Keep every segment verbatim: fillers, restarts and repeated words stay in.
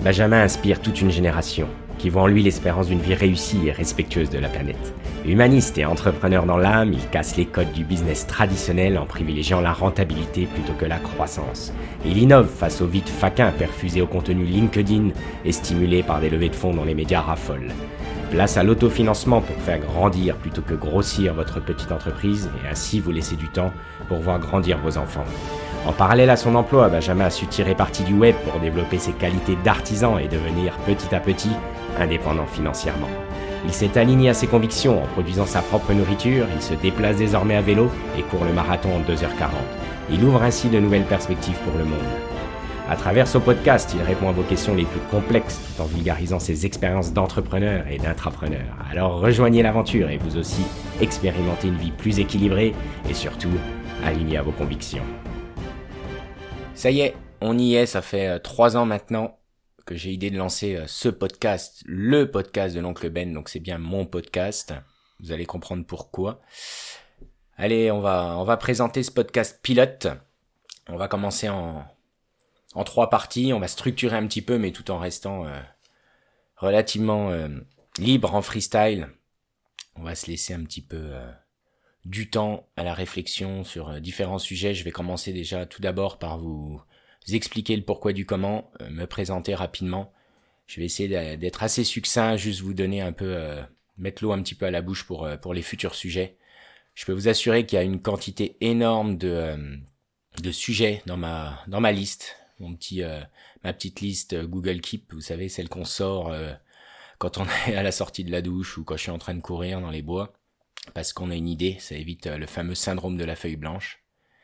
Benjamin inspire toute une génération, qui voit en lui l'espérance d'une vie réussie et respectueuse de la planète. Humaniste et entrepreneur dans l'âme, il casse les codes du business traditionnel en privilégiant la rentabilité plutôt que la croissance. Il innove face au vide faquin perfusé au contenu LinkedIn et stimulé par des levées de fonds dont les médias raffolent. Place à l'autofinancement pour faire grandir plutôt que grossir votre petite entreprise et ainsi vous laisser du temps pour voir grandir vos enfants. En parallèle à son emploi, Benjamin a su tirer parti du web pour développer ses qualités d'artisan et devenir petit à petit indépendant financièrement. Il s'est aligné à ses convictions en produisant sa propre nourriture, il se déplace désormais à vélo et court le marathon en deux heures quarante. Il ouvre ainsi de nouvelles perspectives pour le monde. À travers ce podcast, il répond à vos questions les plus complexes tout en vulgarisant ses expériences d'entrepreneur et d'intrapreneur. Alors rejoignez l'aventure et vous aussi expérimentez une vie plus équilibrée et surtout alignée à vos convictions. Ça y est, on y est, ça fait euh, trois ans maintenant que j'ai idée de lancer euh, ce podcast, le podcast de l'oncle Ben, donc c'est bien mon podcast, vous allez comprendre pourquoi. Allez, on va on va présenter ce podcast pilote, on va commencer en, en trois parties, on va structurer un petit peu mais tout en restant euh, relativement euh, libre en freestyle, on va se laisser un petit peu... Euh, du temps à la réflexion sur euh, différents sujets. Je vais commencer déjà tout d'abord par vous expliquer le pourquoi du comment, euh, me présenter rapidement. Je vais essayer d'être assez succinct, juste vous donner un peu, euh, mettre l'eau un petit peu à la bouche pour euh, pour les futurs sujets. Je peux vous assurer qu'il y a une quantité énorme de euh, de sujets dans ma dans ma liste, mon petit euh, ma petite liste euh, Google Keep, vous savez, celle qu'on sort euh, quand on est à la sortie de la douche ou quand je suis en train de courir dans les bois. Parce qu'on a une idée, ça évite le fameux syndrome de la feuille blanche.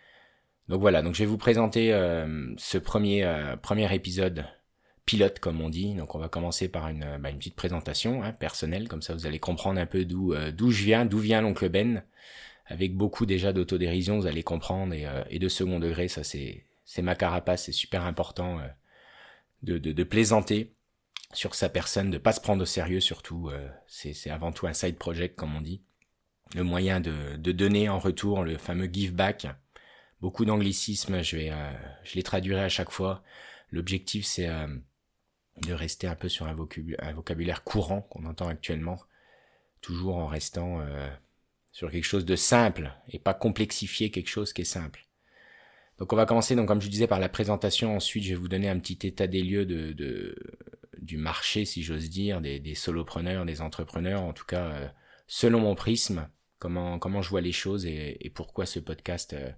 Donc voilà, donc je vais vous présenter euh, ce premier euh, premier épisode pilote comme on dit. Donc on va commencer par une, bah, une petite présentation hein, personnelle, comme ça vous allez comprendre un peu d'où euh, d'où je viens, d'où vient l'oncle Ben, avec beaucoup déjà d'autodérision, vous allez comprendre, et, euh, et de second degré, ça c'est c'est ma carapace, c'est super important euh, de, de de plaisanter sur sa personne, de pas se prendre au sérieux surtout, euh, c'est c'est avant tout un side project comme on dit. Le moyen de, de donner en retour, le fameux give back. Beaucoup d'anglicismes, je vais, euh, je les traduirai à chaque fois. L'objectif, c'est euh, de rester un peu sur un vocabulaire, un vocabulaire courant qu'on entend actuellement, toujours en restant euh, sur quelque chose de simple et pas complexifier quelque chose qui est simple. Donc on va commencer, donc comme je disais, par la présentation. Ensuite, je vais vous donner un petit état des lieux de, de du marché, si j'ose dire, des, des solopreneurs, des entrepreneurs, en tout cas euh, selon mon prisme. Comment comment je vois les choses et, et pourquoi ce podcast euh,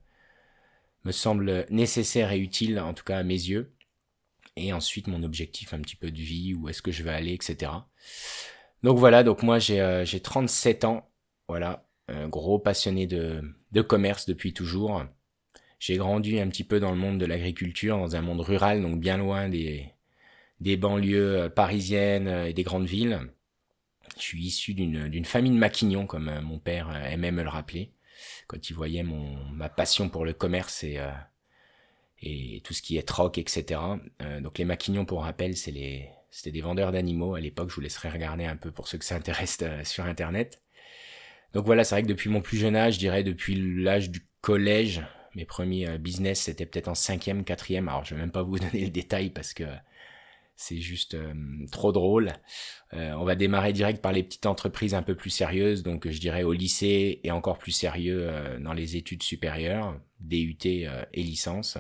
me semble nécessaire et utile, en tout cas à mes yeux. Et ensuite mon objectif un petit peu de vie, où est-ce que je vais aller, et cetera. Donc voilà, donc moi j'ai euh, j'ai trente-sept ans, voilà, un gros passionné de de commerce depuis toujours. J'ai grandi un petit peu dans le monde de l'agriculture, dans un monde rural, donc bien loin des des banlieues parisiennes et des grandes villes. Je suis issu d'une d'une famille de maquignons, comme euh, mon père euh, aimait me le rappeler, quand il voyait mon ma passion pour le commerce et euh, et tout ce qui est troc, et cetera. Euh, donc les maquignons, pour rappel, c'est les c'était des vendeurs d'animaux à l'époque. Je vous laisserai regarder un peu pour ceux que ça intéresse euh, sur Internet. Donc voilà, c'est vrai que depuis mon plus jeune âge, je dirais depuis l'âge du collège, mes premiers euh, business, c'était peut-être en cinquième, quatrième. Alors je vais même pas vous donner le détail parce que c'est juste euh, trop drôle. Euh, on va démarrer direct par les petites entreprises un peu plus sérieuses, donc je dirais au lycée et encore plus sérieux euh, dans les études supérieures, D U T euh, et licence.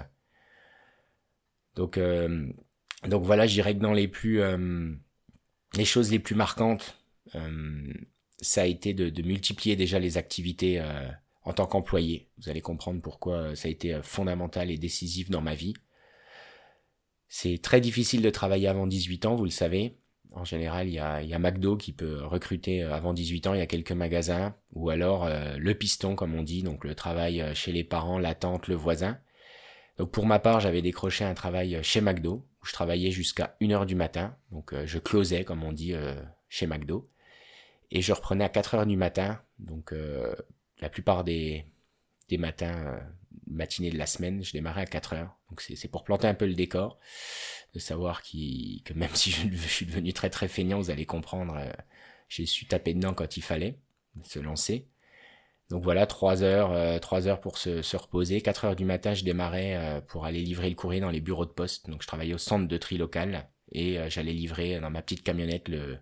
Donc euh, donc voilà, je dirais que dans les plus euh, les choses les plus marquantes, euh, ça a été de, de multiplier déjà les activités euh, en tant qu'employé. Vous allez comprendre pourquoi ça a été fondamental et décisif dans ma vie. C'est très difficile de travailler avant dix-huit ans, vous le savez. En général, il y a, il y a McDo qui peut recruter avant dix-huit ans, il y a quelques magasins, ou alors euh, le piston, comme on dit, donc le travail chez les parents, la tante, le voisin. Donc pour ma part, j'avais décroché un travail chez McDo, où je travaillais jusqu'à une heure du matin, donc euh, je closais, comme on dit, euh, chez McDo, et je reprenais à quatre heures du matin, donc euh, la plupart des, des matins... Euh, matinée de la semaine, je démarrais à quatre heures. Donc c'est, c'est pour planter un peu le décor, de savoir qui, que même si je, je suis devenu très très feignant, vous allez comprendre, euh, j'ai su taper dedans quand il fallait, se lancer. Donc voilà, trois heures, euh, trois heures pour se, se reposer. Quatre heures du matin, je démarrais euh, pour aller livrer le courrier dans les bureaux de poste. Donc je travaillais au centre de tri local. et euh, j'allais livrer dans ma petite camionnette le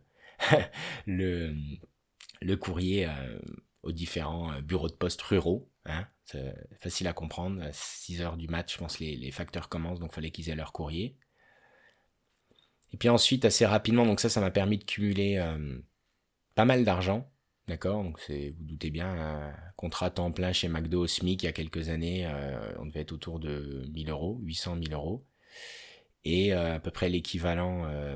le le courrier euh, aux différents euh, bureaux de poste ruraux. Hein, c'est facile à comprendre. À six heures du mat, je pense les les facteurs commencent, donc fallait qu'ils aient leur courrier. Et puis ensuite, assez rapidement, donc ça, ça m'a permis de cumuler euh, pas mal d'argent. D'accord, donc c'est, vous doutez bien, un contrat temps plein chez McDo au SMIC il y a quelques années, euh, on devait être autour de mille euros, huit cents mille euros, et euh, à peu près l'équivalent euh,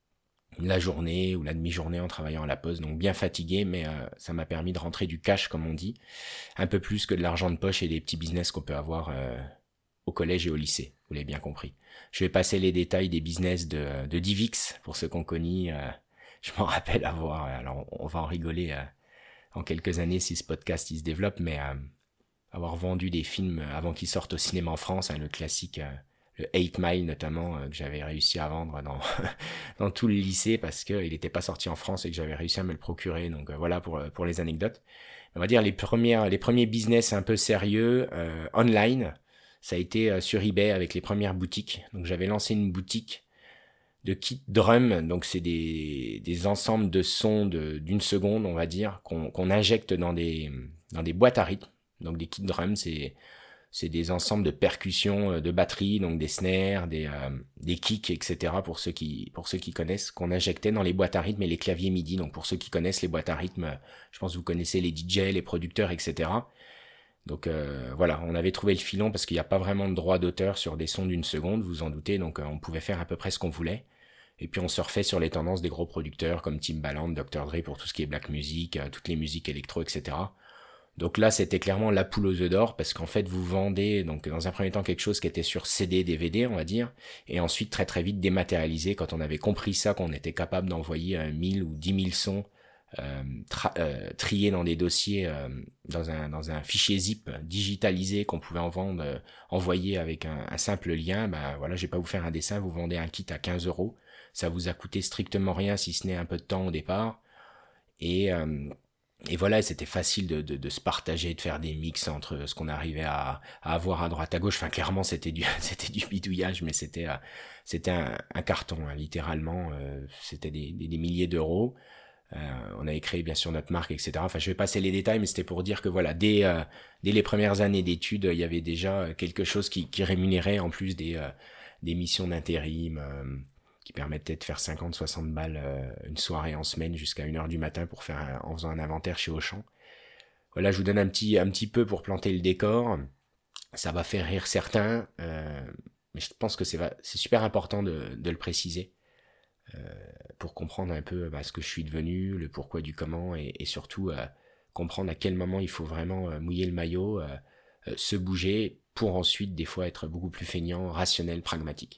la journée ou la demi-journée en travaillant à la poste, donc bien fatigué, mais euh, ça m'a permis de rentrer du cash, comme on dit, un peu plus que de l'argent de poche et des petits business qu'on peut avoir euh, au collège et au lycée, vous l'avez bien compris. Je vais passer les détails des business de, de Divix, pour ceux qu'on connaît. Euh, je m'en rappelle avoir, alors on va en rigoler euh, en quelques années si ce podcast il se développe, mais euh, avoir vendu des films avant qu'ils sortent au cinéma en France, hein, le classique, euh, le eight mile notamment, euh, que j'avais réussi à vendre dans dans tout le lycée parce que il n'était pas sorti en France et que j'avais réussi à me le procurer. Donc euh, voilà pour pour les anecdotes. On va dire les premières les premiers business un peu sérieux euh, online, ça a été euh, sur eBay avec les premières boutiques. Donc j'avais lancé une boutique de kits drum, donc c'est des des ensembles de sons de d'une seconde, on va dire, qu'on qu'on injecte dans des dans des boîtes à rythme. Donc des kits drum, c'est c'est des ensembles de percussions, de batteries, donc des snares, des euh, des kicks, et cetera. Pour ceux qui pour ceux qui connaissent, qu'on injectait dans les boîtes à rythme et les claviers MIDI. Donc pour ceux qui connaissent les boîtes à rythme, je pense que vous connaissez les D J, les producteurs, et cetera. Donc euh, voilà, on avait trouvé le filon parce qu'il n'y a pas vraiment de droit d'auteur sur des sons d'une seconde, vous en doutez, donc euh, on pouvait faire à peu près ce qu'on voulait. Et puis on surfait sur les tendances des gros producteurs comme Timbaland, docteur Dre pour tout ce qui est black music, euh, toutes les musiques électro, et cetera. Donc là, c'était clairement la poule aux œufs d'or parce qu'en fait, vous vendez donc dans un premier temps quelque chose qui était sur C D, D V D, on va dire, et ensuite très très vite dématérialisé quand on avait compris ça, qu'on était capable d'envoyer euh, mille ou dix mille sons euh, tra- euh, triés dans des dossiers, euh, dans un dans un fichier zip digitalisé qu'on pouvait en vendre, euh, envoyer avec un, un simple lien. Ben voilà, je vais pas vous faire un dessin, vous vendez un kit à quinze euros. Ça vous a coûté strictement rien si ce n'est un peu de temps au départ. Et, euh, et voilà, c'était facile de, de, de se partager, de faire des mix entre ce qu'on arrivait à, à avoir à droite à gauche. Enfin, clairement, c'était du, c'était du bidouillage, mais c'était, euh, c'était un, un carton, hein, littéralement. Euh, c'était des, des, des milliers d'euros. Euh, on avait créé bien sûr notre marque, et cetera. Enfin, je vais passer les détails, mais c'était pour dire que voilà, dès, euh, dès les premières années d'études, il y avait déjà quelque chose qui, qui rémunérait en plus des, euh, des missions d'intérim. Euh, qui permettait de faire cinquante soixante balles euh, une soirée en semaine jusqu'à une heure du matin pour faire un, en faisant un inventaire chez Auchan. Voilà, je vous donne un petit un petit peu pour planter le décor. Ça va faire rire certains, euh, mais je pense que c'est c'est super important de, de le préciser euh, pour comprendre un peu bah, ce que je suis devenu, le pourquoi du comment, et, et surtout euh, comprendre à quel moment il faut vraiment euh, mouiller le maillot, euh, euh, se bouger pour ensuite des fois être beaucoup plus feignant, rationnel, pragmatique.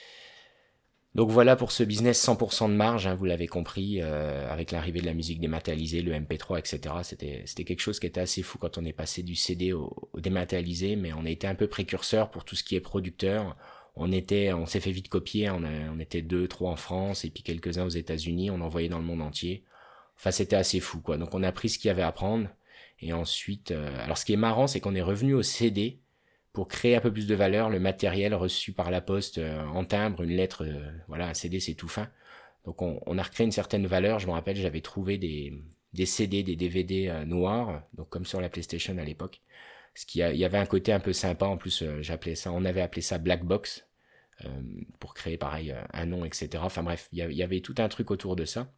Donc voilà pour ce business cent pour cent de marge, hein, vous l'avez compris, euh, avec l'arrivée de la musique dématérialisée, le M P trois, et cetera. C'était, c'était quelque chose qui était assez fou quand on est passé du C D au, au dématérialisé, mais on a été un peu précurseur pour tout ce qui est producteur. On était, on s'est fait vite copier, on, a, on était deux, trois en France, et puis quelques-uns aux États-Unis, on envoyait dans le monde entier. Enfin, c'était assez fou, quoi. Donc on a pris ce qu'il y avait à apprendre, et ensuite, euh, alors ce qui est marrant, c'est qu'on est revenu au C D, pour créer un peu plus de valeur, le matériel reçu par la poste euh, en timbre, une lettre, euh, voilà, un C D c'est tout fin. Donc on, on a recréé une certaine valeur. Je me rappelle, j'avais trouvé des, des C D, des D V D euh, noirs, donc comme sur la PlayStation à l'époque. Ce qui a, il y avait un côté un peu sympa. En plus, euh, j'appelais ça, on avait appelé ça Black Box euh, pour créer pareil un nom, et cetera. Enfin bref, il y, avait, il y avait tout un truc autour de ça.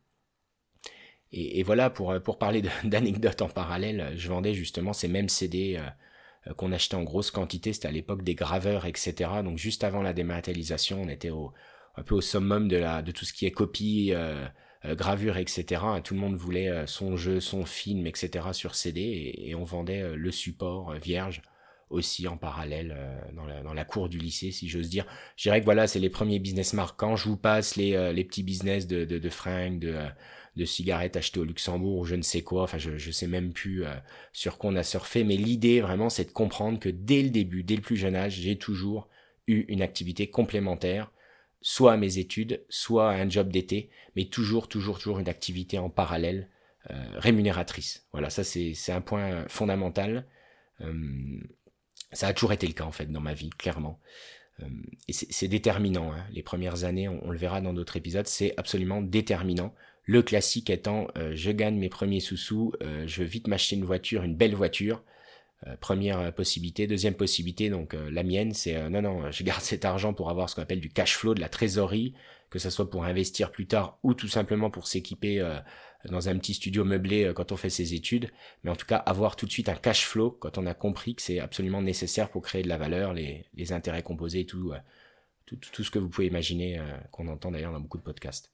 Et, et voilà, pour pour parler de, d'anecdotes en parallèle, je vendais justement ces mêmes C D. Euh, qu'on achetait en grosse quantité, c'était à l'époque des graveurs, et cetera. Donc juste avant la dématérialisation, on était au, un peu au summum de, la, de tout ce qui est copie, euh, euh, gravure, et cetera. Tout le monde voulait euh, son jeu, son film, et cetera sur C D, et, et on vendait euh, le support euh, vierge aussi en parallèle euh, dans, la, dans la cour du lycée, si j'ose dire. Je dirais que voilà, c'est les premiers business marquants. Je vous passe les, euh, les petits business de, de, de fringues, de... Euh, de cigarettes achetées au Luxembourg ou je ne sais quoi, enfin je je sais même plus euh, sur quoi on a surfé, mais l'idée vraiment c'est de comprendre que dès le début, dès le plus jeune âge, j'ai toujours eu une activité complémentaire, soit à mes études, soit à un job d'été, mais toujours, toujours, toujours une activité en parallèle euh, rémunératrice. Voilà, ça c'est c'est un point fondamental. Euh, ça a toujours été le cas en fait dans ma vie, clairement. Euh, et c'est, c'est déterminant, hein. Les premières années, on, on le verra dans d'autres épisodes, c'est absolument déterminant. Le classique étant, euh, je gagne mes premiers sous-sous, euh, je veux vite m'acheter une voiture, une belle voiture. Euh, première euh, possibilité. Deuxième possibilité, donc euh, la mienne, c'est euh, non, non, je garde cet argent pour avoir ce qu'on appelle du cash flow, de la trésorerie, que ce soit pour investir plus tard ou tout simplement pour s'équiper euh, dans un petit studio meublé euh, quand on fait ses études. Mais en tout cas, avoir tout de suite un cash flow quand on a compris que c'est absolument nécessaire pour créer de la valeur, les, les intérêts composés, tout, euh, tout, tout ce que vous pouvez imaginer, euh, qu'on entend d'ailleurs dans beaucoup de podcasts.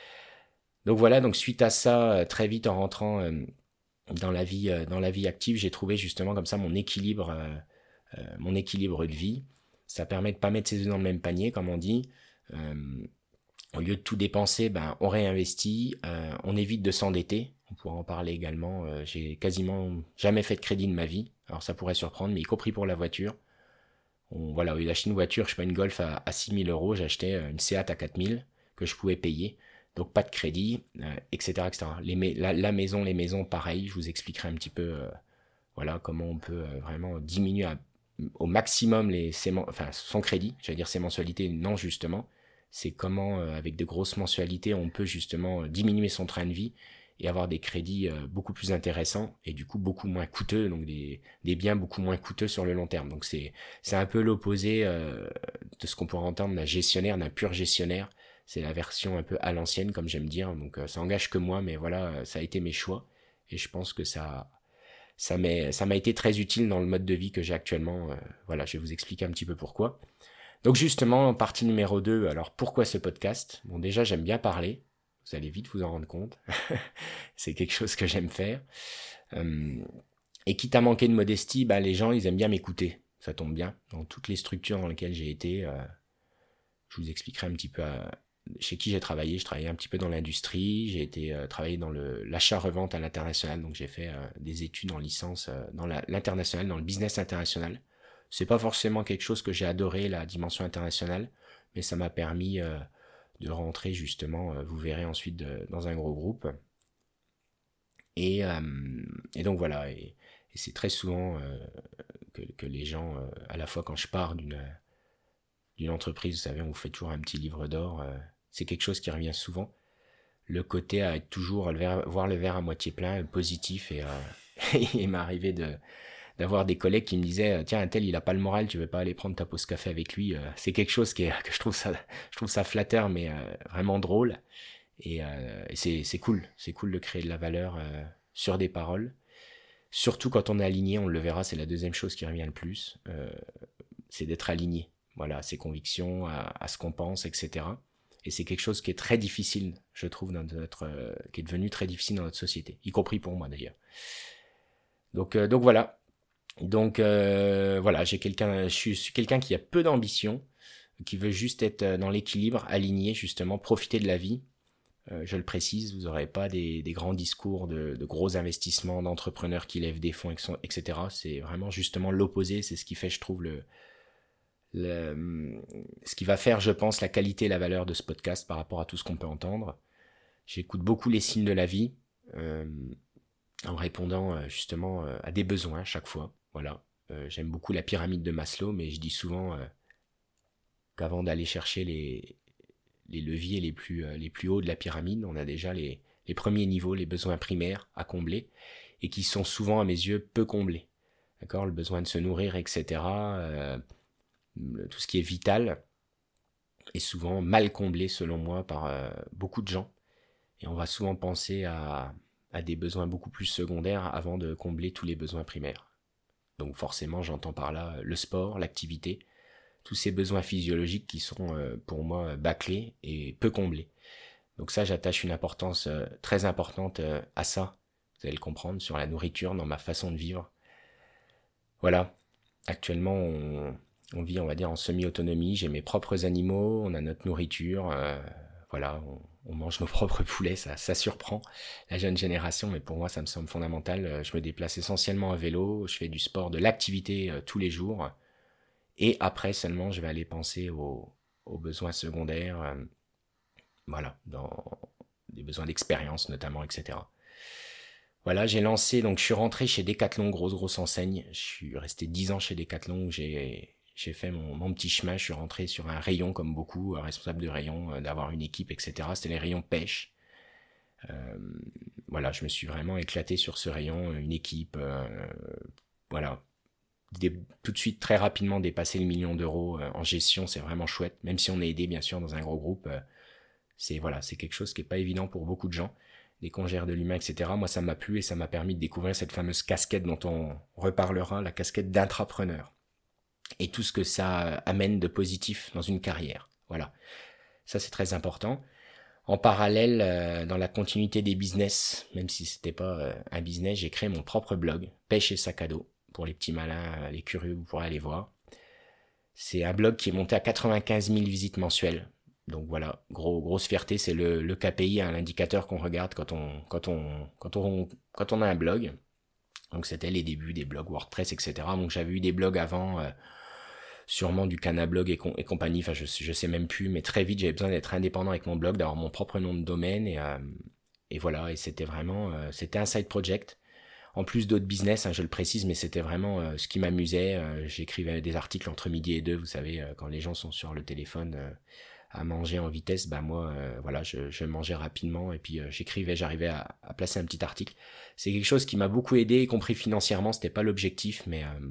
Donc voilà, donc suite à ça, euh, très vite en rentrant euh, dans la vie euh, dans la vie active, j'ai trouvé justement comme ça mon équilibre euh, euh, mon équilibre de vie. Ça permet de pas mettre ses œufs dans le même panier, comme on dit. Euh, au lieu de tout dépenser, ben on réinvestit, euh, on évite de s'endetter. On pourra en parler également. Euh, j'ai quasiment jamais fait de crédit de ma vie. Alors ça pourrait surprendre, mais y compris pour la voiture. On, voilà, au lieu d'acheter une voiture, je sais pas, une Golf à, à six mille euros, j'achetais une Seat à quatre mille que je pouvais payer. Donc pas de crédit, euh, et cetera, et cetera. Les, la, la maison, les maisons, pareil. Je vous expliquerai un petit peu, euh, voilà, comment on peut euh, vraiment diminuer à, au maximum les, ses, enfin, son crédit. J'allais dire ses mensualités, non justement. C'est comment, euh, avec de grosses mensualités, on peut justement euh, diminuer son train de vie et avoir des crédits euh, beaucoup plus intéressants et du coup beaucoup moins coûteux, donc des, des biens beaucoup moins coûteux sur le long terme. Donc c'est, c'est un peu l'opposé euh, de ce qu'on pourrait entendre d'un gestionnaire, d'un pur gestionnaire. C'est la version un peu à l'ancienne, comme j'aime dire. Donc euh, ça engage que moi, mais voilà, euh, ça a été mes choix. Et je pense que ça, ça, m'est, ça m'a été très utile dans le mode de vie que j'ai actuellement. Euh, voilà, je vais vous expliquer un petit peu pourquoi. Donc justement, partie numéro deux, alors pourquoi ce podcast ? Bon, déjà, j'aime bien parler. Vous allez vite vous en rendre compte. C'est quelque chose que j'aime faire. Euh, et quitte à manquer de modestie, bah, les gens, ils aiment bien m'écouter. Ça tombe bien. Dans toutes les structures dans lesquelles j'ai été, euh, je vous expliquerai un petit peu à, chez qui j'ai travaillé. Je travaillais un petit peu dans l'industrie. J'ai été euh, travailler dans le, l'achat-revente à l'international. Donc j'ai fait euh, des études en licence euh, dans la, l'international, dans le business international. C'est pas forcément quelque chose que j'ai adoré, la dimension internationale, mais ça m'a permis euh, de rentrer justement, euh, vous verrez ensuite, de, dans un gros groupe. Et, euh, et donc voilà, et, et c'est très souvent euh, que, que les gens, euh, à la fois quand je pars d'une, d'une entreprise, vous savez, on vous fait toujours un petit livre d'or, euh, c'est quelque chose qui revient souvent. Le côté à être toujours, le verre, voir le verre à moitié plein, positif, et euh, il m'est arrivé de... d'avoir des collègues qui me disaient tiens un tel il a pas le moral, tu veux pas aller prendre ta pause café avec lui. C'est quelque chose qui est, que je trouve ça je trouve ça flatteur mais euh, vraiment drôle et, euh, et c'est c'est cool c'est cool de créer de la valeur euh, sur des paroles, surtout quand on est aligné. On le verra, c'est la deuxième chose qui revient le plus, euh, c'est d'être aligné, voilà, à ses convictions, à, à ce qu'on pense, etc. Et c'est quelque chose qui est très difficile, je trouve, dans notre euh, qui est devenu très difficile dans notre société, y compris pour moi d'ailleurs. Donc euh, donc voilà. Donc euh, voilà, j'ai quelqu'un, je suis, je suis quelqu'un qui a peu d'ambition, qui veut juste être dans l'équilibre, aligné justement, profiter de la vie. Euh, je le précise, vous n'aurez pas des, des grands discours de, de gros investissements, d'entrepreneurs qui lèvent des fonds, et cetera. C'est vraiment justement l'opposé. C'est ce qui fait, je trouve, le, le, ce qui va faire, je pense, la qualité et la valeur de ce podcast par rapport à tout ce qu'on peut entendre. J'écoute beaucoup les signes de la vie, euh, en répondant euh, justement euh, à des besoins à chaque fois. Voilà, euh, j'aime beaucoup la pyramide de Maslow, mais je dis souvent euh, qu'avant d'aller chercher les, les leviers les plus, euh, les plus hauts de la pyramide, on a déjà les, les premiers niveaux, les besoins primaires à combler, et qui sont souvent à mes yeux peu comblés. D'accord, le besoin de se nourrir, et cetera. Euh, tout ce qui est vital est souvent mal comblé selon moi par euh, beaucoup de gens, et on va souvent penser à, à des besoins beaucoup plus secondaires avant de combler tous les besoins primaires. Donc forcément, j'entends par là le sport, l'activité, tous ces besoins physiologiques qui sont euh, pour moi bâclés et peu comblés. Donc ça, j'attache une importance euh, très importante euh, à ça, vous allez le comprendre, sur la nourriture, dans ma façon de vivre. Voilà, actuellement, on, on vit, on va dire, en semi-autonomie, j'ai mes propres animaux, on a notre nourriture, euh, voilà, on, on mange nos propres poulets, ça, ça surprend la jeune génération, mais pour moi ça me semble fondamental. Je me déplace essentiellement à vélo, je fais du sport, de l'activité euh, tous les jours, et après seulement je vais aller penser aux, aux besoins secondaires, euh, voilà, dans des besoins d'expérience notamment, et cetera. Voilà, j'ai lancé, donc je suis rentré chez Decathlon, grosse grosse enseigne, je suis resté dix ans chez Decathlon, où j'ai, j'ai fait mon, mon petit chemin, je suis rentré sur un rayon comme beaucoup, responsable de rayon, d'avoir une équipe, et cetera. C'était les rayons pêche. Euh, voilà, je me suis vraiment éclaté sur ce rayon, une équipe, euh, voilà. Des, tout de suite, très rapidement, dépasser le million d'euros euh, en gestion, c'est vraiment chouette. Même si on est aidé, bien sûr, dans un gros groupe, euh, c'est voilà, c'est quelque chose qui est pas évident pour beaucoup de gens. Dès qu'on gère de l'humain, et cetera. Moi, ça m'a plu et ça m'a permis de découvrir cette fameuse casquette dont on reparlera, la casquette d'intrapreneur. Et tout ce que ça amène de positif dans une carrière. Voilà. Ça, c'est très important. En parallèle, euh, dans la continuité des business, même si c'était pas euh, un business, j'ai créé mon propre blog, Pêche et sac à dos. Pour les petits malins, les curieux, vous pourrez aller voir. C'est un blog qui est monté à quatre-vingt-quinze mille visites mensuelles. Donc voilà, gros, grosse fierté, c'est le, le K P I, hein, l'indicateur qu'on regarde quand on, quand on, quand on, quand on a un blog. Donc c'était les débuts des blogs WordPress, et cetera. Donc j'avais eu des blogs avant, euh, sûrement du Canablog et, com- et compagnie, enfin je, je sais même plus, mais très vite j'avais besoin d'être indépendant avec mon blog, d'avoir mon propre nom de domaine et, euh, et voilà, et c'était vraiment, euh, c'était un side project. En plus d'autres business, hein, je le précise, mais c'était vraiment euh, ce qui m'amusait. Euh, j'écrivais des articles entre midi et deux, vous savez, euh, quand les gens sont sur le téléphone euh, à manger en vitesse, bah moi, euh, voilà, je, je mangeais rapidement et puis euh, j'écrivais, j'arrivais à, à placer un petit article. C'est quelque chose qui m'a beaucoup aidé, y compris financièrement, c'était pas l'objectif, mais euh,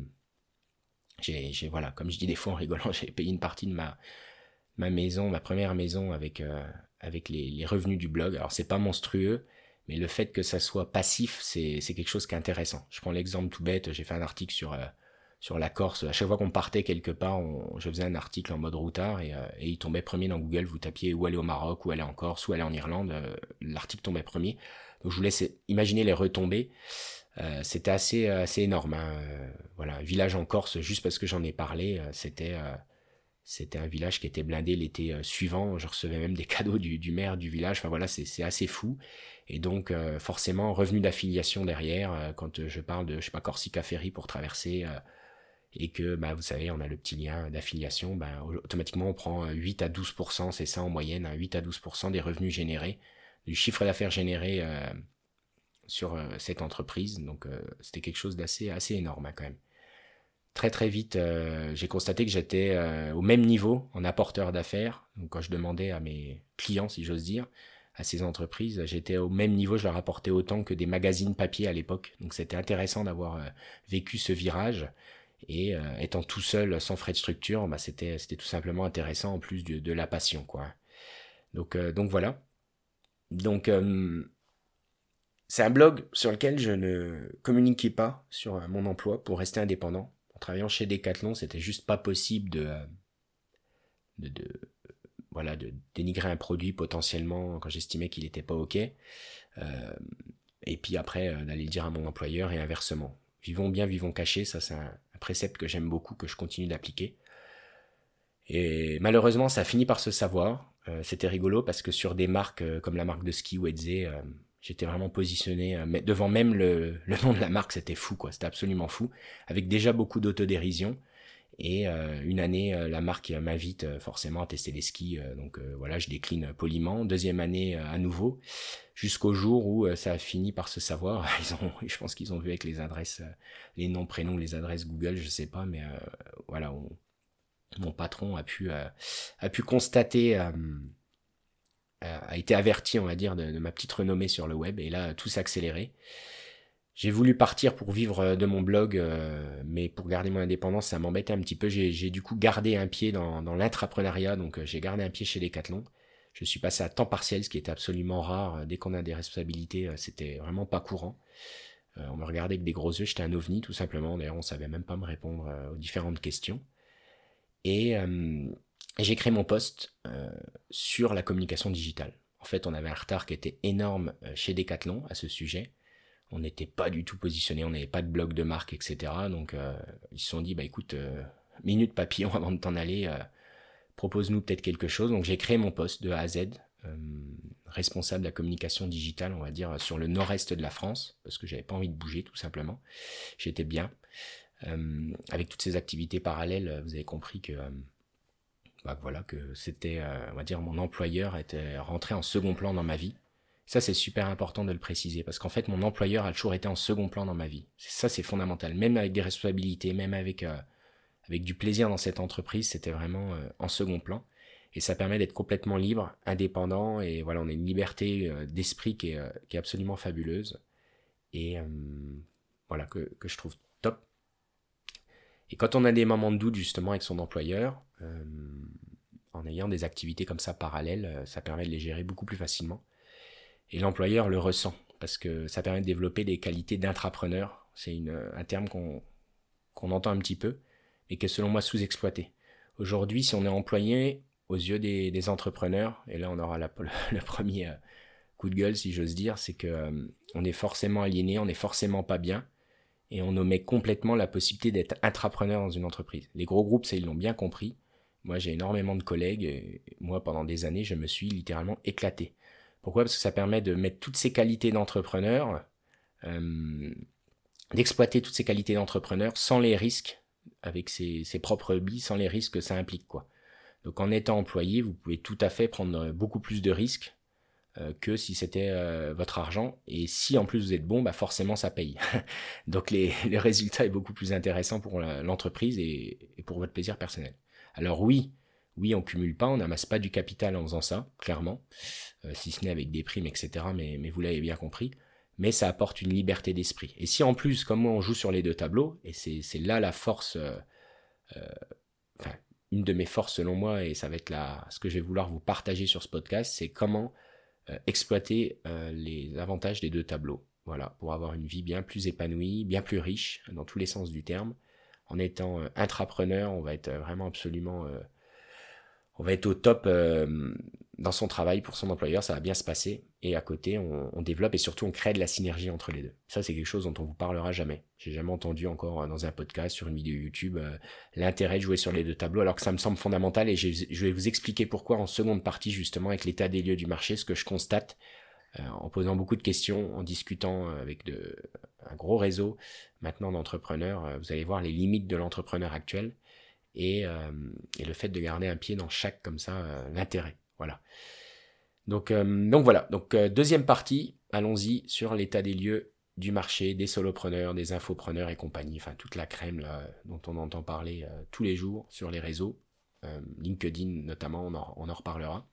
j'ai, j'ai, voilà, comme je dis des fois en rigolant, j'ai payé une partie de ma, ma maison, ma première maison avec, euh, avec les, les revenus du blog. Alors c'est pas monstrueux, mais le fait que ça soit passif, c'est, c'est quelque chose qui est intéressant. Je prends l'exemple tout bête, j'ai fait un article sur, euh, sur la Corse. À chaque fois qu'on partait quelque part, on, je faisais un article en mode routard et, euh, et il tombait premier dans Google. Vous tapiez où aller au Maroc, où aller en Corse, où aller en Irlande, euh, l'article tombait premier. Donc je vous laisse imaginer les retombées. Euh, c'était assez, assez énorme. Hein. Euh, voilà, un village en Corse, juste parce que j'en ai parlé, euh, c'était... Euh, C'était un village qui était blindé l'été euh, suivant. Je recevais même des cadeaux du, du maire du village. Enfin voilà, c'est, c'est assez fou. Et donc euh, forcément, revenu d'affiliation derrière. Euh, quand je parle de, je sais pas, Corsica Ferry pour traverser, euh, et que, bah, vous savez, on a le petit lien d'affiliation, bah, automatiquement on prend huit à douze pour cent, c'est ça en moyenne, hein, huit à douze pour cent des revenus générés, du chiffre d'affaires généré euh, sur euh, cette entreprise. Donc euh, c'était quelque chose d'assez assez énorme, hein, quand même. Très très vite, euh, j'ai constaté que j'étais euh, au même niveau en apporteur d'affaires. Donc quand je demandais à mes clients, si j'ose dire, à ces entreprises, j'étais au même niveau, je leur apportais autant que des magazines papier à l'époque. Donc c'était intéressant d'avoir euh, vécu ce virage. Et euh, étant tout seul, sans frais de structure, bah, c'était, c'était tout simplement intéressant en plus de, de la passion, quoi. Donc, euh, donc voilà. Donc euh, c'est un blog sur lequel je ne communiquais pas sur euh, mon emploi pour rester indépendant. En travaillant chez Decathlon, c'était juste pas possible de, euh, de, de voilà, de dénigrer un produit potentiellement quand j'estimais qu'il n'était pas ok. Euh, et puis après, euh, d'aller le dire à mon employeur et inversement. Vivons bien, vivons cachés, ça c'est un, un précepte que j'aime beaucoup, que je continue d'appliquer. Et malheureusement, ça a fini par se savoir. Euh, c'était rigolo parce que sur des marques euh, comme la marque de ski Wedze, euh, j'étais vraiment positionné euh, devant même le, le nom de la marque, c'était fou, quoi. C'était absolument fou, avec déjà beaucoup d'autodérision. Et euh, une année, euh, la marque m'invite euh, forcément à tester les skis, euh, donc euh, voilà, je décline poliment. Deuxième année euh, à nouveau, jusqu'au jour où euh, ça a fini par se savoir. Ils ont, je pense qu'ils ont vu avec les adresses, euh, les noms, prénoms, les adresses Google, je sais pas, mais euh, voilà, on, mon patron a pu euh, a pu constater, euh, a été averti, on va dire, de, de ma petite renommée sur le web. Et là, tout s'est accéléré. J'ai voulu partir pour vivre de mon blog, euh, mais pour garder mon indépendance, ça m'embêtait un petit peu. J'ai, j'ai du coup gardé un pied dans, dans l'intrapreneuriat, donc euh, j'ai gardé un pied chez Decathlon. Je suis passé à temps partiel, ce qui était absolument rare. Dès qu'on a des responsabilités, euh, c'était vraiment pas courant. Euh, on me regardait avec des gros yeux, j'étais un ovni tout simplement. D'ailleurs, on savait même pas me répondre euh, aux différentes questions. Et euh, j'ai créé mon poste euh, sur la communication digitale. En fait, on avait un retard qui était énorme euh, chez Decathlon à ce sujet. On n'était pas du tout positionné, on n'avait pas de blog de marque, et cetera. Donc euh, ils se sont dit, bah écoute, euh, minute papillon avant de t'en aller, euh, propose-nous peut-être quelque chose. Donc j'ai créé mon poste de A à Z, euh, responsable de la communication digitale, on va dire, sur le nord-est de la France, parce que j'avais pas envie de bouger tout simplement. J'étais bien. Euh, avec toutes ces activités parallèles, vous avez compris que, euh, bah, voilà, que c'était, euh, on va dire, mon employeur était rentré en second plan dans ma vie. Ça, c'est super important de le préciser, parce qu'en fait, mon employeur a toujours été en second plan dans ma vie. Ça, c'est fondamental. Même avec des responsabilités, même avec, euh, avec du plaisir dans cette entreprise, c'était vraiment euh, en second plan. Et ça permet d'être complètement libre, indépendant, et voilà, on a une liberté euh, d'esprit qui est, euh, qui est absolument fabuleuse, et euh, voilà, que, que je trouve top. Et quand on a des moments de doute justement avec son employeur, euh, en ayant des activités comme ça parallèles, euh, ça permet de les gérer beaucoup plus facilement. Et l'employeur le ressent, parce que ça permet de développer des qualités d'intrapreneur. C'est une, un terme qu'on, qu'on entend un petit peu, et qui est selon moi sous-exploité. Aujourd'hui, si on est employé aux yeux des, des entrepreneurs, et là on aura la, le, le premier euh, coup de gueule si j'ose dire, c'est que euh, on est forcément aliéné, on n'est forcément pas bien, et on omet complètement la possibilité d'être intrapreneur dans une entreprise. Les gros groupes, ça ils l'ont bien compris. Moi j'ai énormément de collègues, et moi pendant des années je me suis littéralement éclaté. Pourquoi ? Parce que ça permet de mettre toutes ces qualités d'entrepreneur, euh, d'exploiter toutes ces qualités d'entrepreneur sans les risques, avec ses, ses propres billes, sans les risques que ça implique, quoi. Donc en étant employé, vous pouvez tout à fait prendre beaucoup plus de risques euh, que si c'était euh, votre argent. Et si en plus vous êtes bon, bah forcément ça paye. Donc les, le résultat est beaucoup plus intéressant pour la, l'entreprise et, et pour votre plaisir personnel. Alors oui, oui, on cumule pas, on n'amasse pas du capital en faisant ça, clairement, euh, si ce n'est avec des primes, et cetera. Mais, mais vous l'avez bien compris. Mais ça apporte une liberté d'esprit. Et si en plus, comme moi, on joue sur les deux tableaux, et c'est, c'est là la force, euh, euh, enfin, une de mes forces selon moi, et ça va être la, ce que je vais vouloir vous partager sur ce podcast, c'est comment euh, exploiter euh, les avantages des deux tableaux. Voilà, pour avoir une vie bien plus épanouie, bien plus riche, dans tous les sens du terme. En étant euh, intrapreneur, on va être vraiment absolument... Euh, on va être au top euh, dans son travail pour son employeur, ça va bien se passer. Et à côté, on, on développe et surtout on crée de la synergie entre les deux. Ça, c'est quelque chose dont on vous parlera jamais. J'ai jamais entendu encore dans un podcast, sur une vidéo YouTube, euh, l'intérêt de jouer sur les deux tableaux, alors que ça me semble fondamental. Et je, je vais vous expliquer pourquoi en seconde partie, justement, avec l'état des lieux du marché, ce que je constate euh, en posant beaucoup de questions, en discutant avec de, un gros réseau maintenant d'entrepreneurs. Euh, vous allez voir les limites de l'entrepreneur actuel. Et, euh, et le fait de garder un pied dans chaque, comme ça, euh, l'intérêt. Voilà. Donc, euh, donc voilà. Donc, euh, deuxième partie, allons-y sur l'état des lieux du marché, des solopreneurs, des infopreneurs et compagnie. Enfin, toute la crème là, dont on entend parler euh, tous les jours sur les réseaux. Euh, LinkedIn notamment, on en, on en reparlera.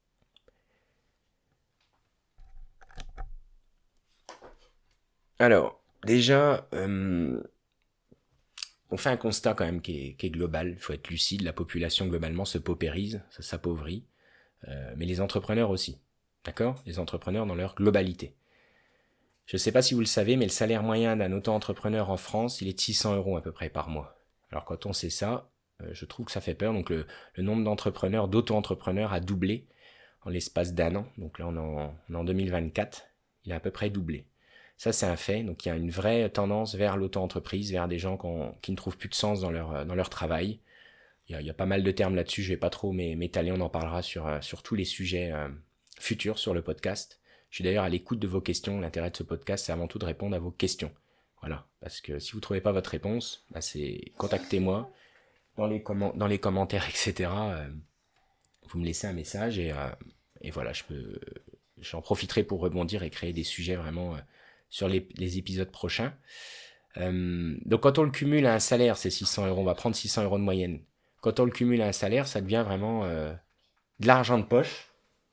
Alors, déjà... Euh, on fait un constat quand même qui est, qui est global, il faut être lucide, la population globalement se paupérise, ça s'appauvrit, euh, mais les entrepreneurs aussi, d'accord ? Les entrepreneurs dans leur globalité. Je ne sais pas si vous le savez, mais le salaire moyen d'un auto-entrepreneur en France, il est de six cents euros à peu près par mois. Alors quand on sait ça, euh, je trouve que ça fait peur, donc le, le nombre d'entrepreneurs, d'auto-entrepreneurs a doublé en l'espace d'un an, donc là on est en, on est en deux mille vingt-quatre, il a à peu près doublé. Ça, c'est un fait. Donc, il y a une vraie tendance vers l'auto-entreprise, vers des gens qui ne trouvent plus de sens dans leur, dans leur travail. Il y, a, il y a pas mal de termes là-dessus. Je vais pas trop m'étaler. On en parlera sur, sur tous les sujets euh, futurs sur le podcast. Je suis d'ailleurs à l'écoute de vos questions. L'intérêt de ce podcast, c'est avant tout de répondre à vos questions. Voilà. Parce que si vous trouvez pas votre réponse, bah c'est contactez-moi dans les, comment, dans les commentaires, et cetera. Euh, vous me laissez un message et, euh, et voilà, je peux, j'en profiterai pour rebondir et créer des sujets vraiment... Euh, sur les, les épisodes prochains. Euh, donc quand on le cumule à un salaire, c'est six cents euros, on va prendre six cents euros de moyenne. Quand on le cumule à un salaire, ça devient vraiment euh, de l'argent de poche.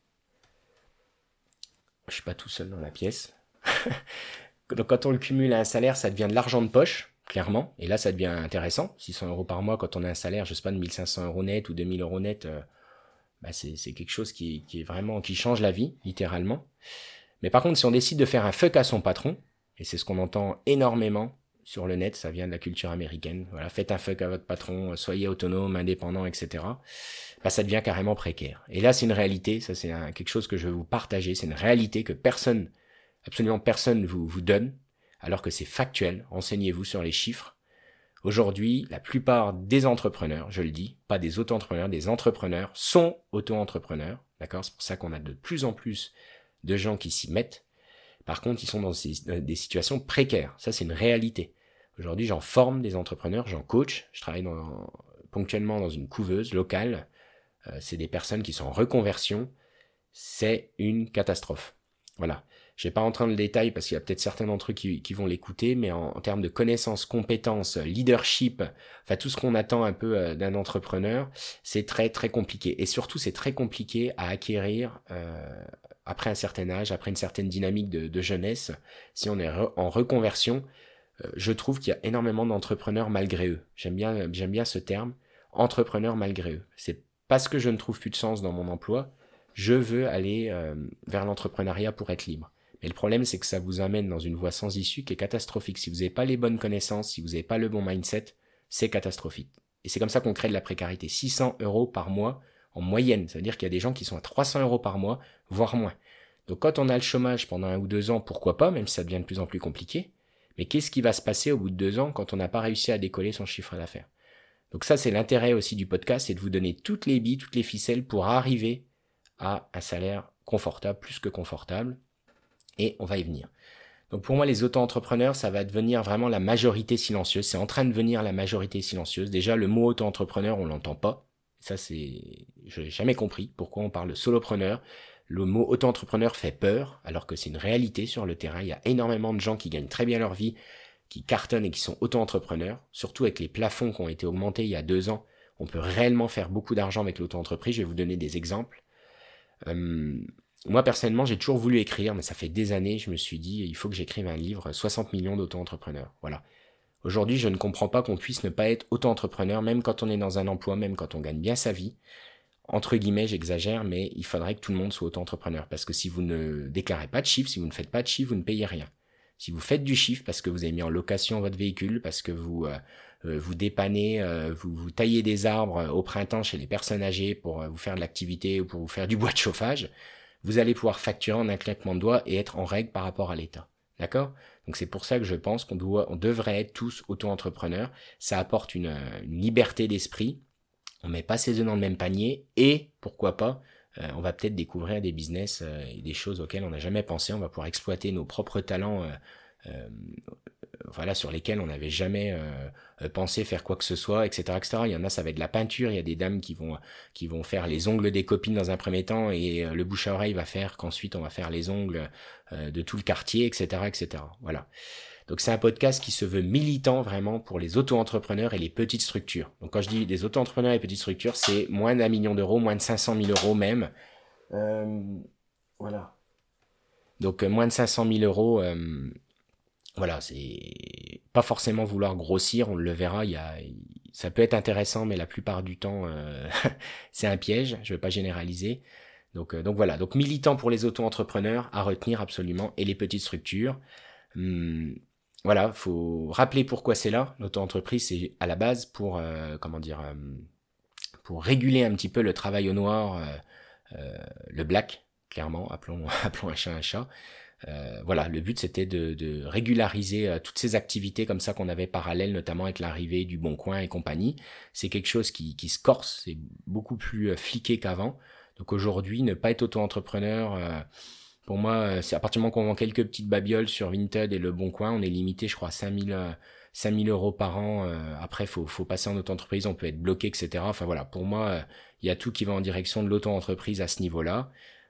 Je suis pas tout seul dans la pièce. Donc quand on le cumule à un salaire, ça devient de l'argent de poche, clairement. Et là, ça devient intéressant. six cents euros par mois, quand on a un salaire, je sais pas, de mille cinq cents euros net ou deux mille euros net, euh, bah c'est, c'est quelque chose qui, qui est vraiment, qui change la vie, littéralement. Mais par contre, si on décide de faire un fuck à son patron, et c'est ce qu'on entend énormément sur le net, ça vient de la culture américaine, voilà, faites un fuck à votre patron, soyez autonome, indépendant, et cetera, bah ça devient carrément précaire. Et là, c'est une réalité, ça c'est un, quelque chose que je veux vous partager, c'est une réalité que personne, absolument personne vous, vous donne, alors que c'est factuel, renseignez-vous sur les chiffres. Aujourd'hui, la plupart des entrepreneurs, je le dis, pas des auto-entrepreneurs, des entrepreneurs, sont auto-entrepreneurs, d'accord ? C'est pour ça qu'on a de plus en plus de gens qui s'y mettent. Par contre, ils sont dans des, des situations précaires. Ça, c'est une réalité. Aujourd'hui, j'en forme des entrepreneurs, j'en coach. Je travaille dans, ponctuellement dans une couveuse locale. Euh, c'est des personnes qui sont en reconversion. C'est une catastrophe. Voilà. Je vais pas rentrer dans le détail parce qu'il y a peut-être certains d'entre eux qui, qui vont l'écouter, mais en, en termes de connaissances, compétences, leadership, enfin tout ce qu'on attend un peu euh, d'un entrepreneur, c'est très très compliqué. Et surtout, c'est très compliqué à acquérir euh, après un certain âge, après une certaine dynamique de, de jeunesse. Si on est re, en reconversion, euh, je trouve qu'il y a énormément d'entrepreneurs malgré eux. J'aime bien, j'aime bien ce terme, entrepreneurs malgré eux. C'est parce que je ne trouve plus de sens dans mon emploi, je veux aller euh, vers l'entrepreneuriat pour être libre. Mais le problème, c'est que ça vous amène dans une voie sans issue qui est catastrophique. Si vous n'avez pas les bonnes connaissances, si vous n'avez pas le bon mindset, c'est catastrophique. Et c'est comme ça qu'on crée de la précarité. six cents euros par mois en moyenne. Ça veut dire qu'il y a des gens qui sont à trois cents euros par mois, voire moins. Donc quand on a le chômage pendant un ou deux ans, pourquoi pas, même si ça devient de plus en plus compliqué. Mais qu'est-ce qui va se passer au bout de deux ans quand on n'a pas réussi à décoller son chiffre d'affaires? Donc ça, c'est l'intérêt aussi du podcast, c'est de vous donner toutes les billes, toutes les ficelles pour arriver à un salaire confortable, plus que confortable. Et on va y venir. Donc pour moi, les auto-entrepreneurs, ça va devenir vraiment la majorité silencieuse. C'est en train de devenir la majorité silencieuse. Déjà, le mot auto-entrepreneur, on l'entend pas. Ça, c'est, je n'ai jamais compris pourquoi on parle de solopreneur. Le mot auto-entrepreneur fait peur, alors que c'est une réalité sur le terrain. Il y a énormément de gens qui gagnent très bien leur vie, qui cartonnent et qui sont auto-entrepreneurs. Surtout avec les plafonds qui ont été augmentés il y a deux ans. On peut réellement faire beaucoup d'argent avec l'auto-entreprise. Je vais vous donner des exemples. Euh, Moi, personnellement, j'ai toujours voulu écrire, mais ça fait des années, je me suis dit, il faut que j'écrive un livre, soixante millions d'auto-entrepreneurs. Voilà. Aujourd'hui, je ne comprends pas qu'on puisse ne pas être auto-entrepreneur, même quand on est dans un emploi, même quand on gagne bien sa vie. Entre guillemets, j'exagère, mais il faudrait que tout le monde soit auto-entrepreneur. Parce que si vous ne déclarez pas de chiffre, si vous ne faites pas de chiffre, vous ne payez rien. Si vous faites du chiffre parce que vous avez mis en location votre véhicule, parce que vous euh, vous dépannez, euh, vous, vous taillez des arbres au printemps chez les personnes âgées pour euh, vous faire de l'activité ou pour vous faire du bois de chauffage, vous allez pouvoir facturer en un claquement de doigts et être en règle par rapport à l'État. D'accord ? Donc c'est pour ça que je pense qu'on doit, on devrait être tous auto-entrepreneurs. Ça apporte une, une liberté d'esprit. On met pas ses œufs dans le même panier et, pourquoi pas, euh, on va peut-être découvrir des business euh, et des choses auxquelles on n'a jamais pensé. On va pouvoir exploiter nos propres talents euh, euh, voilà, sur lesquels on n'avait jamais euh, pensé faire quoi que ce soit, et cetera, et cetera. Il y en a, ça va être de la peinture. Il y a des dames qui vont qui vont faire les ongles des copines dans un premier temps et euh, le bouche à oreille va faire qu'ensuite on va faire les ongles euh, de tout le quartier, et cetera, et cetera. Voilà. Donc c'est un podcast qui se veut militant vraiment pour les auto-entrepreneurs et les petites structures. Donc quand je dis des auto-entrepreneurs et petites structures, c'est moins d'un million d'euros, moins de cinq cent mille euros même. Euh, voilà. Donc euh, moins de cinq cent mille euros. Euh, Voilà, c'est pas forcément vouloir grossir, on le verra, il y a, ça peut être intéressant, mais la plupart du temps, euh, c'est un piège, je vais pas généraliser. Donc, euh, donc voilà, donc militant pour les auto-entrepreneurs, à retenir absolument, et les petites structures. Hum, voilà, faut rappeler pourquoi c'est là. L'auto-entreprise, c'est à la base pour, euh, comment dire, euh, pour réguler un petit peu le travail au noir, euh, euh, le black, clairement, appelons, appelons un chat un chat. Euh, voilà, le but c'était de, de régulariser euh, toutes ces activités comme ça qu'on avait parallèles, notamment avec l'arrivée du Bon Coin et compagnie. C'est quelque chose qui, qui se corse, c'est beaucoup plus euh, fliqué qu'avant. Donc aujourd'hui, ne pas être auto-entrepreneur, euh, pour moi, euh, c'est à partir du moment qu'on vend quelques petites babioles sur Vinted et le Bon Coin, on est limité, je crois, à cinq mille euros par an. Euh, après, faut, faut passer en auto-entreprise, on peut être bloqué, et cetera. Enfin voilà, pour moi, il euh, y a tout qui va en direction de l'auto-entreprise à ce niveau-là.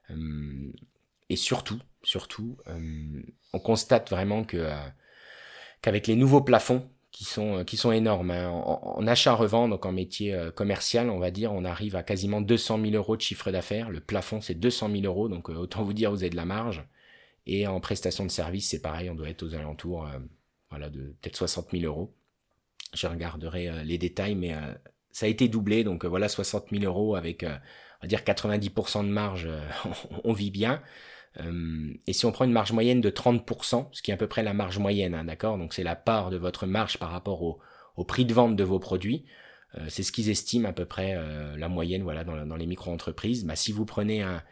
Euh, Et surtout, surtout, euh, on constate vraiment que euh, qu'avec les nouveaux plafonds qui sont qui sont énormes, hein, en, en achat-revente, donc en métier euh, commercial, on va dire, on arrive à quasiment deux cent mille euros de chiffre d'affaires. Le plafond, c'est deux cent mille euros, donc euh, autant vous dire, vous avez de la marge. Et en prestation de service, c'est pareil, on doit être aux alentours, euh, voilà, de peut-être soixante mille euros. Je regarderai euh, les détails, mais euh, ça a été doublé, donc euh, voilà, soixante mille euros avec, euh, on va dire, quatre-vingt-dix pour cent de marge, euh, on, on vit bien. Euh, et si on prend une marge moyenne de trente pour cent, ce qui est à peu près la marge moyenne, hein, d'accord, donc c'est la part de votre marge par rapport au, au prix de vente de vos produits, euh, c'est ce qu'ils estiment à peu près euh, la moyenne, voilà, dans, dans les micro-entreprises. Bah, si vous prenez un,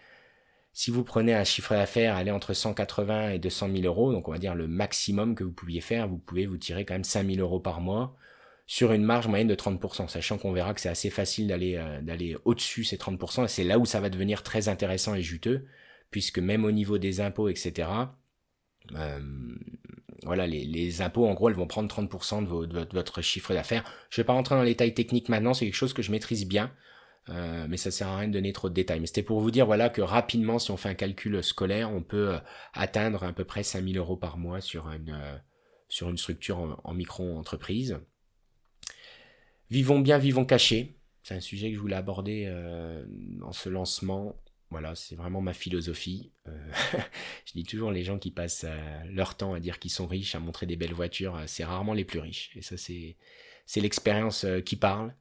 si vous prenez un chiffre d'affaires aller entre cent quatre-vingts et deux cent mille euros, donc on va dire le maximum que vous pouviez faire, vous pouvez vous tirer quand même cinq mille euros par mois sur une marge moyenne de trente pour cent, sachant qu'on verra que c'est assez facile d'aller euh, d'aller au-dessus ces trente pour cent, et c'est là où ça va devenir très intéressant et juteux, puisque même au niveau des impôts, et cetera, euh, voilà, les, les impôts, en gros, elles vont prendre trente pour cent de, vos, de votre, votre chiffre d'affaires. Je ne vais pas rentrer dans les détails techniques maintenant, c'est quelque chose que je maîtrise bien. Euh, mais ça sert à rien de donner trop de détails. Mais c'était pour vous dire voilà que rapidement, si on fait un calcul scolaire, on peut euh, atteindre à peu près cinq mille euros par mois sur une, euh, sur une structure en, en micro-entreprise. Vivons bien, vivons cachés. C'est un sujet que je voulais aborder euh, en ce lancement. Voilà, c'est vraiment ma philosophie. Euh, je dis toujours, les gens qui passent euh, leur temps à dire qu'ils sont riches, à montrer des belles voitures, euh, c'est rarement les plus riches. Et ça, c'est, c'est l'expérience euh, qui parle.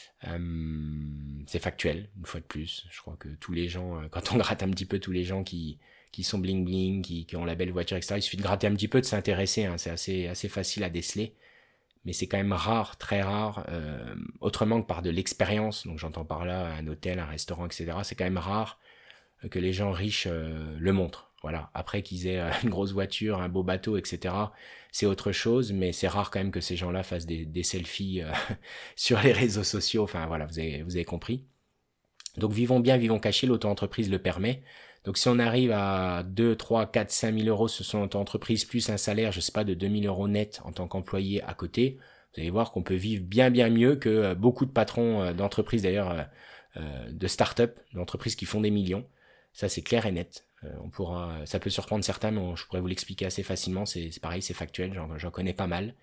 Euh, c'est factuel, une fois de plus. Je crois que tous les gens, euh, quand on gratte un petit peu tous les gens qui, qui sont bling bling, qui, qui ont la belle voiture, et cetera, il suffit de gratter un petit peu, de s'intéresser. Hein, c'est assez, assez facile à déceler. Mais c'est quand même rare, très rare, euh, autrement que par de l'expérience. Donc j'entends par là un hôtel, un restaurant, et cetera. C'est quand même rare que les gens riches euh, le montrent. Voilà. Après qu'ils aient une grosse voiture, un beau bateau, et cetera, c'est autre chose, mais c'est rare quand même que ces gens-là fassent des, des selfies euh, sur les réseaux sociaux. Enfin voilà, vous avez, vous avez compris. Donc vivons bien, vivons cachés, l'auto-entreprise le permet. Donc si on arrive à deux, trois, quatre, cinq mille euros sur son auto-entreprise, plus un salaire, je sais pas, de deux mille euros net en tant qu'employé à côté, vous allez voir qu'on peut vivre bien bien mieux que beaucoup de patrons d'entreprises, d'ailleurs, euh, de start-up, d'entreprises qui font des millions. Ça, c'est clair et net. Euh, on pourra, ça peut surprendre certains, mais on, je pourrais vous l'expliquer assez facilement. C'est, c'est pareil, c'est factuel. J'en, j'en connais pas mal.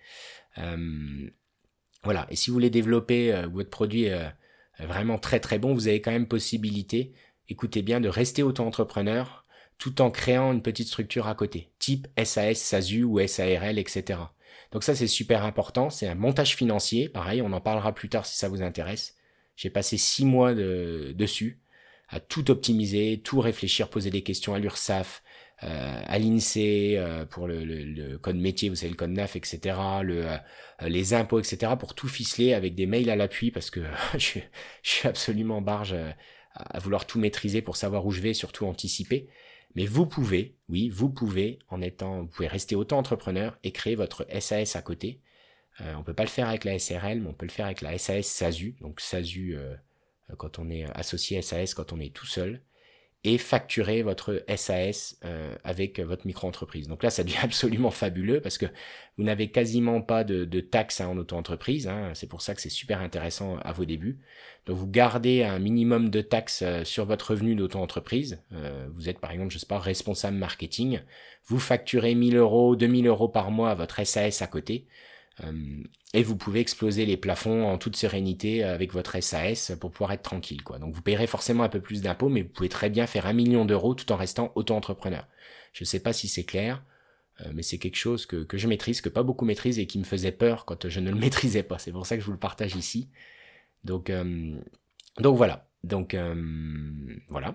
Euh, voilà. Et si vous voulez développer euh, votre produit euh, vraiment très très bon, vous avez quand même possibilité, écoutez bien, de rester auto-entrepreneur tout en créant une petite structure à côté, type S A S, S A S U ou S A R L, et cetera. Donc ça, c'est super important. C'est un montage financier. Pareil, on en parlera plus tard si ça vous intéresse. J'ai passé six mois de, dessus, à tout optimiser, tout réfléchir, poser des questions à l'URSSAF, euh, à l'INSEE euh, pour le, le, le code métier, vous savez, le code N A F, et cetera, le, euh, les impôts, et cetera, pour tout ficeler avec des mails à l'appui, parce que je, je suis absolument barge à, à vouloir tout maîtriser pour savoir où je vais, surtout anticiper. Mais vous pouvez, oui, vous pouvez, en étant, vous pouvez rester auto-entrepreneur et créer votre S A S à côté. Euh, on peut pas le faire avec la S R L, mais on peut le faire avec la S A S S A S U, donc S A S U euh, quand on est associé à S A S, quand on est tout seul, et facturer votre S A S euh, avec votre micro-entreprise. Donc là, ça devient absolument fabuleux parce que vous n'avez quasiment pas de, de taxes hein, en auto-entreprise. Hein, c'est pour ça que c'est super intéressant à vos débuts. Donc vous gardez un minimum de taxes euh, sur votre revenu d'auto-entreprise. Euh, vous êtes par exemple, je sais pas, responsable marketing. Vous facturez mille euros, deux mille euros par mois à votre S A S à côté. Euh, et vous pouvez exploser les plafonds en toute sérénité avec votre S A S pour pouvoir être tranquille, quoi. Donc vous payerez forcément un peu plus d'impôts, mais vous pouvez très bien faire un million d'euros tout en restant auto-entrepreneur. Je ne sais pas si c'est clair, euh, mais c'est quelque chose que, que je maîtrise, que pas beaucoup maîtrisent et qui me faisait peur quand je ne le maîtrisais pas. C'est pour ça que je vous le partage ici. Donc, euh, donc voilà. Donc euh, voilà.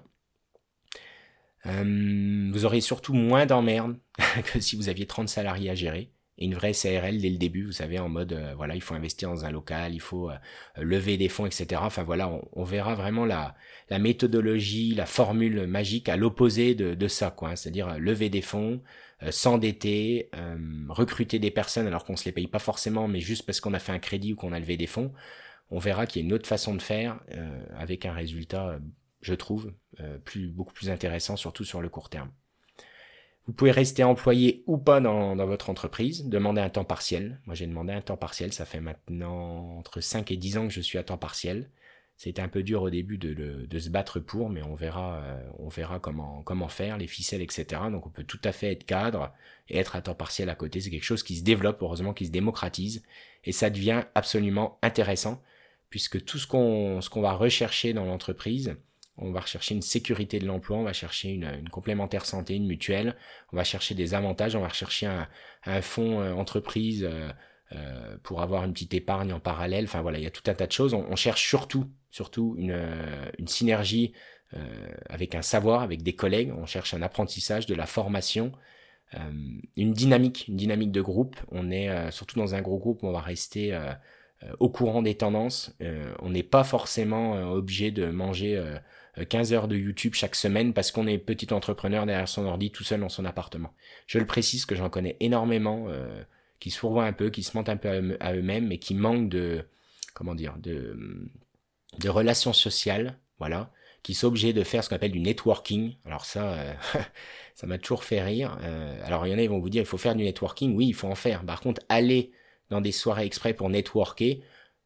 Euh, vous aurez surtout moins d'emmerdes que si vous aviez trente salariés à gérer. Et une vraie S A R L dès le début, vous savez, en mode, euh, voilà, il faut investir dans un local, il faut euh, lever des fonds, et cetera. Enfin voilà, on, on verra vraiment la, la méthodologie, la formule magique à l'opposé de, de ça, quoi. Hein, c'est-à-dire euh, lever des fonds, euh, s'endetter, euh, recruter des personnes alors qu'on se les paye pas forcément, mais juste parce qu'on a fait un crédit ou qu'on a levé des fonds. On verra qu'il y a une autre façon de faire euh, avec un résultat, euh, je trouve, euh, plus, beaucoup plus intéressant, surtout sur le court terme. Vous pouvez rester employé ou pas dans, dans votre entreprise, demander un temps partiel. Moi, j'ai demandé un temps partiel, ça fait maintenant entre cinq et dix ans que je suis à temps partiel. C'était un peu dur au début de, de, de se battre pour, mais on verra, euh, on verra comment, comment faire, les ficelles, et cetera. Donc, on peut tout à fait être cadre et être à temps partiel à côté. C'est quelque chose qui se développe, heureusement, qui se démocratise. Et ça devient absolument intéressant, puisque tout ce qu'on, ce qu'on va rechercher dans l'entreprise, on va rechercher une sécurité de l'emploi, on va chercher une, une complémentaire santé, une mutuelle, on va chercher des avantages, on va rechercher un, un fonds euh, entreprise euh, euh, pour avoir une petite épargne en parallèle. Enfin voilà, il y a tout un tas de choses. On, on cherche surtout, surtout une, euh, une synergie euh, avec un savoir, avec des collègues. On cherche un apprentissage, de la formation, euh, une dynamique, une dynamique de groupe. On est euh, surtout dans un gros groupe où on va rester euh, euh, au courant des tendances. Euh, on n'est pas forcément euh, obligé de manger euh, quinze heures de YouTube chaque semaine parce qu'on est petit entrepreneur derrière son ordi tout seul dans son appartement. Je le précise que j'en connais énormément euh, qui se fourvoient un peu, qui se mentent un peu à, eux, à eux-mêmes mais qui manquent de, comment dire, de, de relations sociales, voilà, qui sont obligés de faire ce qu'on appelle du networking. Alors ça, euh, ça m'a toujours fait rire. Euh, alors il y en a, ils vont vous dire, il faut faire du networking. Oui, il faut en faire. Par contre, aller dans des soirées exprès pour networker,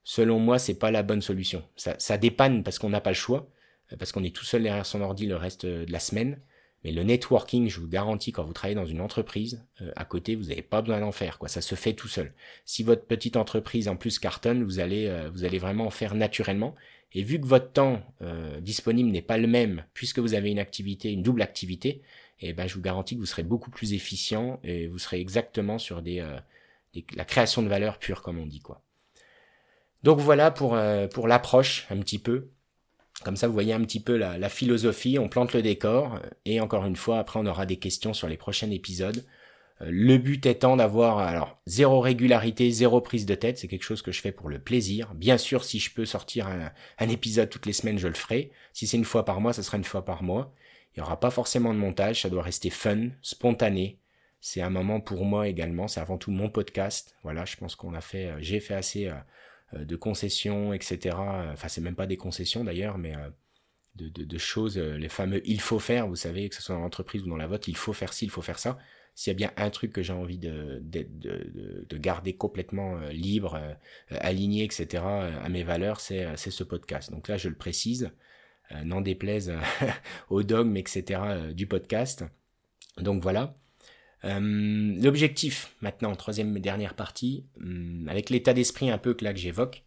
selon moi, c'est pas la bonne solution. Ça, ça dépanne parce qu'on n'a pas le choix, parce qu'on est tout seul derrière son ordi le reste de la semaine. Mais le networking, je vous garantis, quand vous travaillez dans une entreprise, euh, à côté, vous n'avez pas besoin d'en faire, quoi. Ça se fait tout seul. Si votre petite entreprise en plus cartonne, vous allez, euh, vous allez vraiment en faire naturellement. Et vu que votre temps euh, disponible n'est pas le même, puisque vous avez une activité, une double activité, eh ben, je vous garantis que vous serez beaucoup plus efficient et vous serez exactement sur des, euh, des la création de valeur pure, comme on dit, quoi. Donc voilà pour euh, pour l'approche un petit peu. Comme ça, vous voyez un petit peu la, la philosophie, on plante le décor, et encore une fois, après on aura des questions sur les prochains épisodes. Euh, le but étant d'avoir, alors, zéro régularité, zéro prise de tête, c'est quelque chose que je fais pour le plaisir. Bien sûr, si je peux sortir un, un épisode toutes les semaines, je le ferai. Si c'est une fois par mois, ça sera une fois par mois. Il n'y aura pas forcément de montage, ça doit rester fun, spontané. C'est un moment pour moi également, c'est avant tout mon podcast. Voilà, je pense qu'on a fait, j'ai fait assez... Euh, de concessions, et cetera. Enfin, c'est même pas des concessions d'ailleurs, mais de, de, de choses, les fameux « il faut faire », vous savez, que ce soit dans l'entreprise ou dans la vôtre, il faut faire ci, il faut faire ça. S'il y a bien un truc que j'ai envie de, de, de, de garder complètement libre, aligné, et cetera, à mes valeurs, c'est, c'est ce podcast. Donc là, je le précise, n'en déplaise aux dogmes, et cetera, du podcast. Donc voilà. Euh, l'objectif, maintenant, troisième et dernière partie, euh, avec l'état d'esprit un peu que là que j'évoque,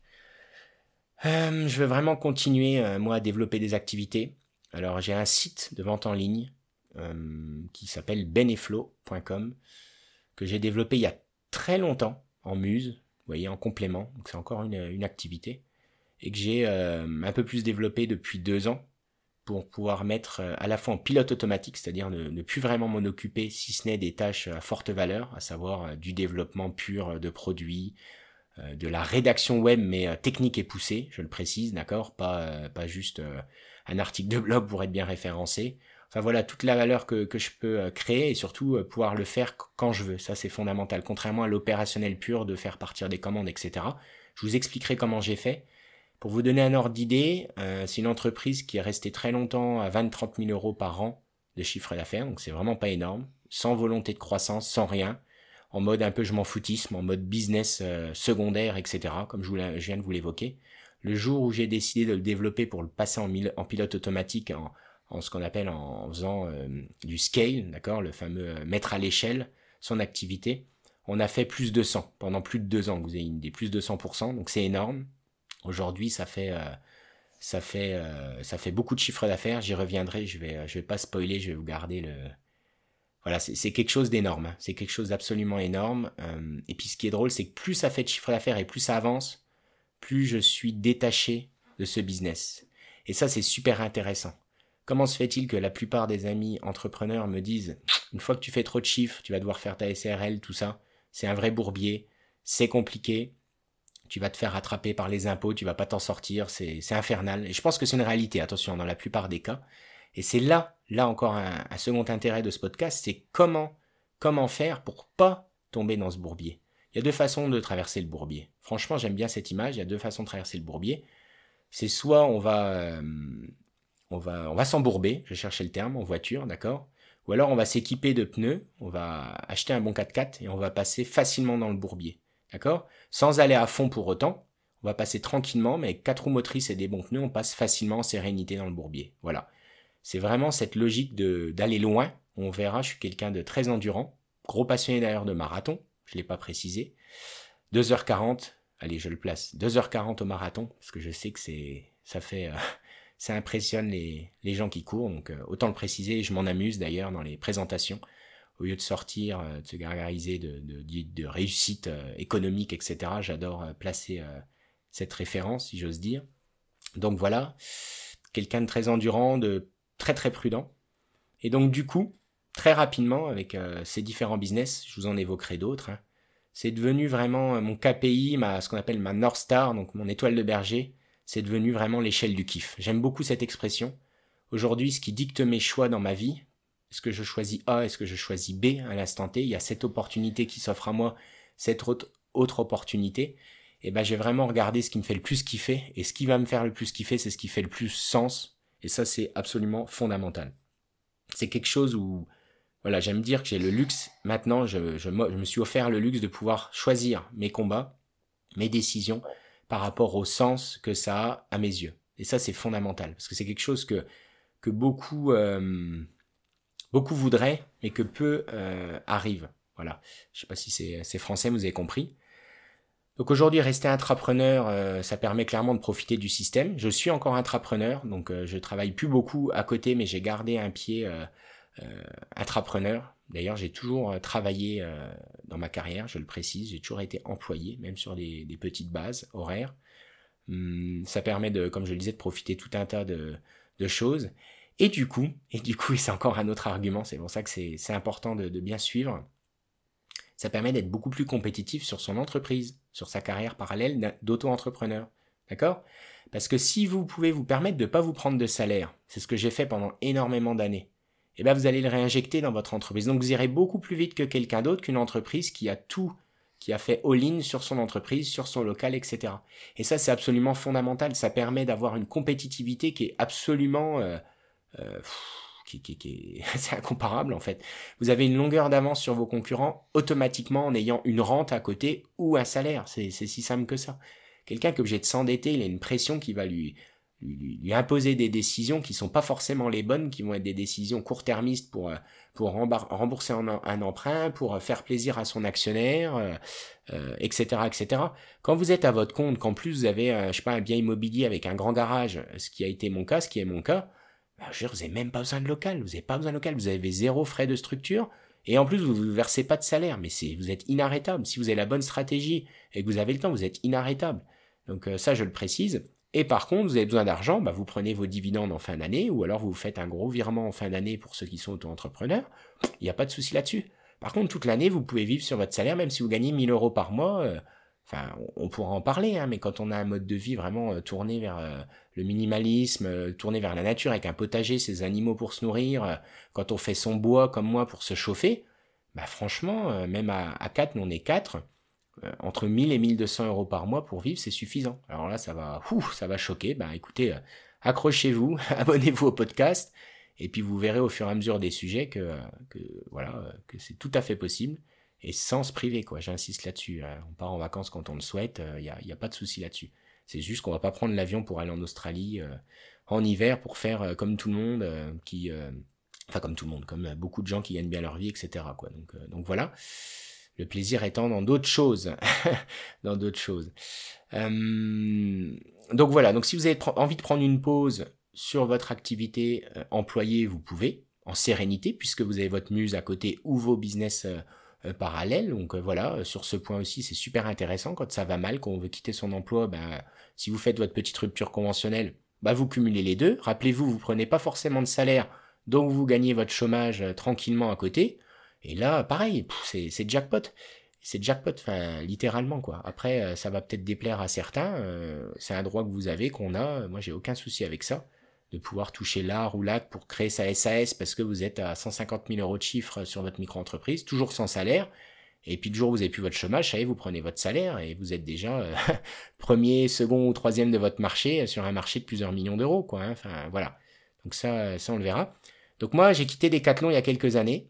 euh, je veux vraiment continuer, euh, moi, à développer des activités. Alors, j'ai un site de vente en ligne euh, qui s'appelle beneflow point com que j'ai développé il y a très longtemps, en muse, vous voyez, en complément, donc c'est encore une, une activité, et que j'ai euh, un peu plus développé depuis deux ans, pour pouvoir mettre à la fois en pilote automatique, c'est-à-dire ne, ne plus vraiment m'en occuper, si ce n'est des tâches à forte valeur, à savoir du développement pur de produits, de la rédaction web, mais technique et poussée, je le précise, d'accord, pas, pas juste un article de blog pour être bien référencé. Enfin voilà, toute la valeur que, que je peux créer et surtout pouvoir le faire quand je veux. Ça, c'est fondamental, contrairement à l'opérationnel pur de faire partir des commandes, et cetera. Je vous expliquerai comment j'ai fait. Pour vous donner un ordre d'idée, euh, c'est une entreprise qui est restée très longtemps à vingt à trente mille euros par an de chiffre d'affaires, donc c'est vraiment pas énorme, sans volonté de croissance, sans rien, en mode un peu je m'en foutisme, en mode business euh, secondaire, et cetera, comme je, vous je viens de vous l'évoquer. Le jour où j'ai décidé de le développer pour le passer en, mille, en pilote automatique, en, en ce qu'on appelle en, en faisant euh, du scale, d'accord, le fameux euh, mettre à l'échelle son activité, on a fait plus de cent, pendant plus de deux ans, vous avez une idée, plus de cent pour cent, donc c'est énorme. Aujourd'hui, ça fait, euh, ça fait, euh, ça fait beaucoup de chiffres d'affaires. J'y reviendrai. Je vais, je vais pas spoiler. Je vais vous garder le. Voilà, c'est, c'est quelque chose d'énorme. Hein. C'est quelque chose d'absolument énorme. Euh, et puis, ce qui est drôle, c'est que plus ça fait de chiffres d'affaires et plus ça avance, plus je suis détaché de ce business. Et ça, c'est super intéressant. Comment se fait-il que la plupart des amis entrepreneurs me disent une fois que tu fais trop de chiffres, tu vas devoir faire ta S A R L, tout ça. C'est un vrai bourbier. C'est compliqué. Tu vas te faire rattraper par les impôts, tu vas pas t'en sortir, c'est, c'est infernal. Et je pense que c'est une réalité, attention, dans la plupart des cas. Et c'est là, là encore un, un second intérêt de ce podcast, c'est comment, comment faire pour pas tomber dans ce bourbier. Il y a deux façons de traverser le bourbier. Franchement, j'aime bien cette image, il y a deux façons de traverser le bourbier. C'est soit on va, euh, on va, on va s'embourber, je cherchais le terme, en voiture, d'accord? Ou alors on va s'équiper de pneus, on va acheter un bon quatre-quatre et on va passer facilement dans le bourbier. D'accord? Sans aller à fond pour autant, on va passer tranquillement, mais avec quatre roues motrices et des bons pneus, on passe facilement en sérénité dans le bourbier. Voilà. C'est vraiment cette logique de, d'aller loin. On verra, je suis quelqu'un de très endurant, gros passionné d'ailleurs de marathon, je l'ai pas précisé. deux heures quarante, allez, je le place, deux heures quarante au marathon, parce que je sais que c'est, ça fait, euh, ça impressionne les, les gens qui courent, donc euh, autant le préciser, je m'en amuse d'ailleurs dans les présentations. Au lieu de sortir, de se gargariser de, de, de, de réussite économique, et cetera, j'adore placer cette référence, si j'ose dire. Donc voilà, quelqu'un de très endurant, de très très prudent. Et donc du coup, très rapidement, avec euh, ces différents business, je vous en évoquerai d'autres, hein, c'est devenu vraiment mon K P I, ma, ce qu'on appelle ma North Star, donc mon étoile de berger, c'est devenu vraiment l'échelle du kiff. J'aime beaucoup cette expression. Aujourd'hui, ce qui dicte mes choix dans ma vie, est-ce que je choisis A, est-ce que je choisis B à l'instant T? Il y a cette opportunité qui s'offre à moi, cette autre, autre opportunité. Et ben, je vais vraiment regarder ce qui me fait le plus kiffer. Et ce qui va me faire le plus kiffer, c'est ce qui fait le plus sens. Et ça, c'est absolument fondamental. C'est quelque chose où, voilà, j'aime dire que j'ai le luxe. Maintenant, je, je, je me suis offert le luxe de pouvoir choisir mes combats, mes décisions, par rapport au sens que ça a à mes yeux. Et ça, c'est fondamental, parce que c'est quelque chose que, que beaucoup, euh, beaucoup voudraient, mais que peu euh, arrivent. Voilà. Je sais pas si c'est, c'est français, mais vous avez compris. Donc aujourd'hui, rester intrapreneur, euh, ça permet clairement de profiter du système. Je suis encore intrapreneur, donc euh, je travaille plus beaucoup à côté, mais j'ai gardé un pied euh, euh, intrapreneur. D'ailleurs, j'ai toujours travaillé euh, dans ma carrière, je le précise, j'ai toujours été employé, même sur des, des petites bases horaires. Hum, ça permet de, comme je le disais, de profiter tout un tas de, de choses. Et du coup, et du coup, c'est encore un autre argument, c'est pour ça que c'est, c'est important de, de bien suivre. Ça permet d'être beaucoup plus compétitif sur son entreprise, sur sa carrière parallèle d'auto-entrepreneur. D'accord ? Parce que si vous pouvez vous permettre de ne pas vous prendre de salaire, c'est ce que j'ai fait pendant énormément d'années, et ben vous allez le réinjecter dans votre entreprise. Donc vous irez beaucoup plus vite que quelqu'un d'autre, qu'une entreprise qui a tout, qui a fait all-in sur son entreprise, sur son local, et cetera. Et ça, c'est absolument fondamental. Ça permet d'avoir une compétitivité qui est absolument... Euh, euh, pff, Qui, qui, qui est, c'est incomparable en fait. Vous avez une longueur d'avance sur vos concurrents automatiquement en ayant une rente à côté ou un salaire. C'est, c'est si simple que ça. Quelqu'un qui est obligé de s'endetter, il a une pression qui va lui, lui, lui imposer des décisions qui sont pas forcément les bonnes, qui vont être des décisions court-termistes pour, pour rembourser un, un emprunt, pour faire plaisir à son actionnaire, euh, euh, et cetera, et cetera. Quand vous êtes à votre compte, qu'en plus vous avez, euh, je sais pas, un bien immobilier avec un grand garage, ce qui a été mon cas, ce qui est mon cas, je veux dire, vous n'avez même pas besoin de local, vous n'avez pas besoin de local, vous avez zéro frais de structure, et en plus vous ne versez pas de salaire, mais c'est, vous êtes inarrêtable. Si vous avez la bonne stratégie et que vous avez le temps, vous êtes inarrêtable. Donc euh, ça, je le précise. Et par contre, vous avez besoin d'argent, bah, vous prenez vos dividendes en fin d'année, ou alors vous faites un gros virement en fin d'année pour ceux qui sont auto-entrepreneurs, il n'y a pas de souci là-dessus. Par contre, toute l'année, vous pouvez vivre sur votre salaire, même si vous gagnez mille euros par mois. Euh, Enfin, on pourra en parler, hein, mais quand on a un mode de vie vraiment euh, tourné vers euh, le minimalisme, euh, tourné vers la nature, avec un potager, ses animaux pour se nourrir, euh, quand on fait son bois comme moi pour se chauffer, bah franchement, euh, même à, à quatre, nous on est quatre, euh, entre mille et mille deux cents euros par mois pour vivre, c'est suffisant. Alors là, ça va, ouf, ça va choquer. Bah écoutez, euh, accrochez-vous, abonnez-vous au podcast, et puis vous verrez au fur et à mesure des sujets que, euh, que voilà, euh, que c'est tout à fait possible. Et sans se priver, quoi. J'insiste là-dessus. On part en vacances quand on le souhaite, il euh, n'y a, y a pas de souci là-dessus. C'est juste qu'on va pas prendre l'avion pour aller en Australie euh, en hiver pour faire euh, comme tout le monde, euh, qui, euh, enfin comme tout le monde, comme beaucoup de gens qui gagnent bien leur vie, et cetera. Quoi. Donc, euh, donc voilà. Le plaisir étant dans d'autres choses, dans d'autres choses. Euh, donc voilà. Donc si vous avez pr- envie de prendre une pause sur votre activité euh, employée, vous pouvez en sérénité puisque vous avez votre muse à côté ou vos business euh, Euh, parallèle. Donc euh, voilà, euh, sur ce point aussi, c'est super intéressant. Quand ça va mal, quand on veut quitter son emploi, ben, si vous faites votre petite rupture conventionnelle, ben, vous cumulez les deux. Rappelez-vous, vous prenez pas forcément de salaire, donc vous gagnez votre chômage euh, tranquillement à côté. Et là, pareil, pff, c'est, c'est jackpot. C'est jackpot, enfin, littéralement, quoi. Après, euh, ça va peut-être déplaire à certains. Euh, c'est un droit que vous avez, qu'on a. Moi, j'ai aucun souci avec ça. De pouvoir toucher l'art ou l'acte pour créer sa S A S parce que vous êtes à cent cinquante mille euros de chiffre sur votre micro-entreprise, toujours sans salaire, et puis le jour où vous avez plus votre chômage, ça y est, vous prenez votre salaire et vous êtes déjà euh, premier, second ou troisième de votre marché sur un marché de plusieurs millions d'euros, quoi. Hein. Enfin, voilà. Donc ça, ça, on le verra. Donc moi, j'ai quitté Decathlon il y a quelques années.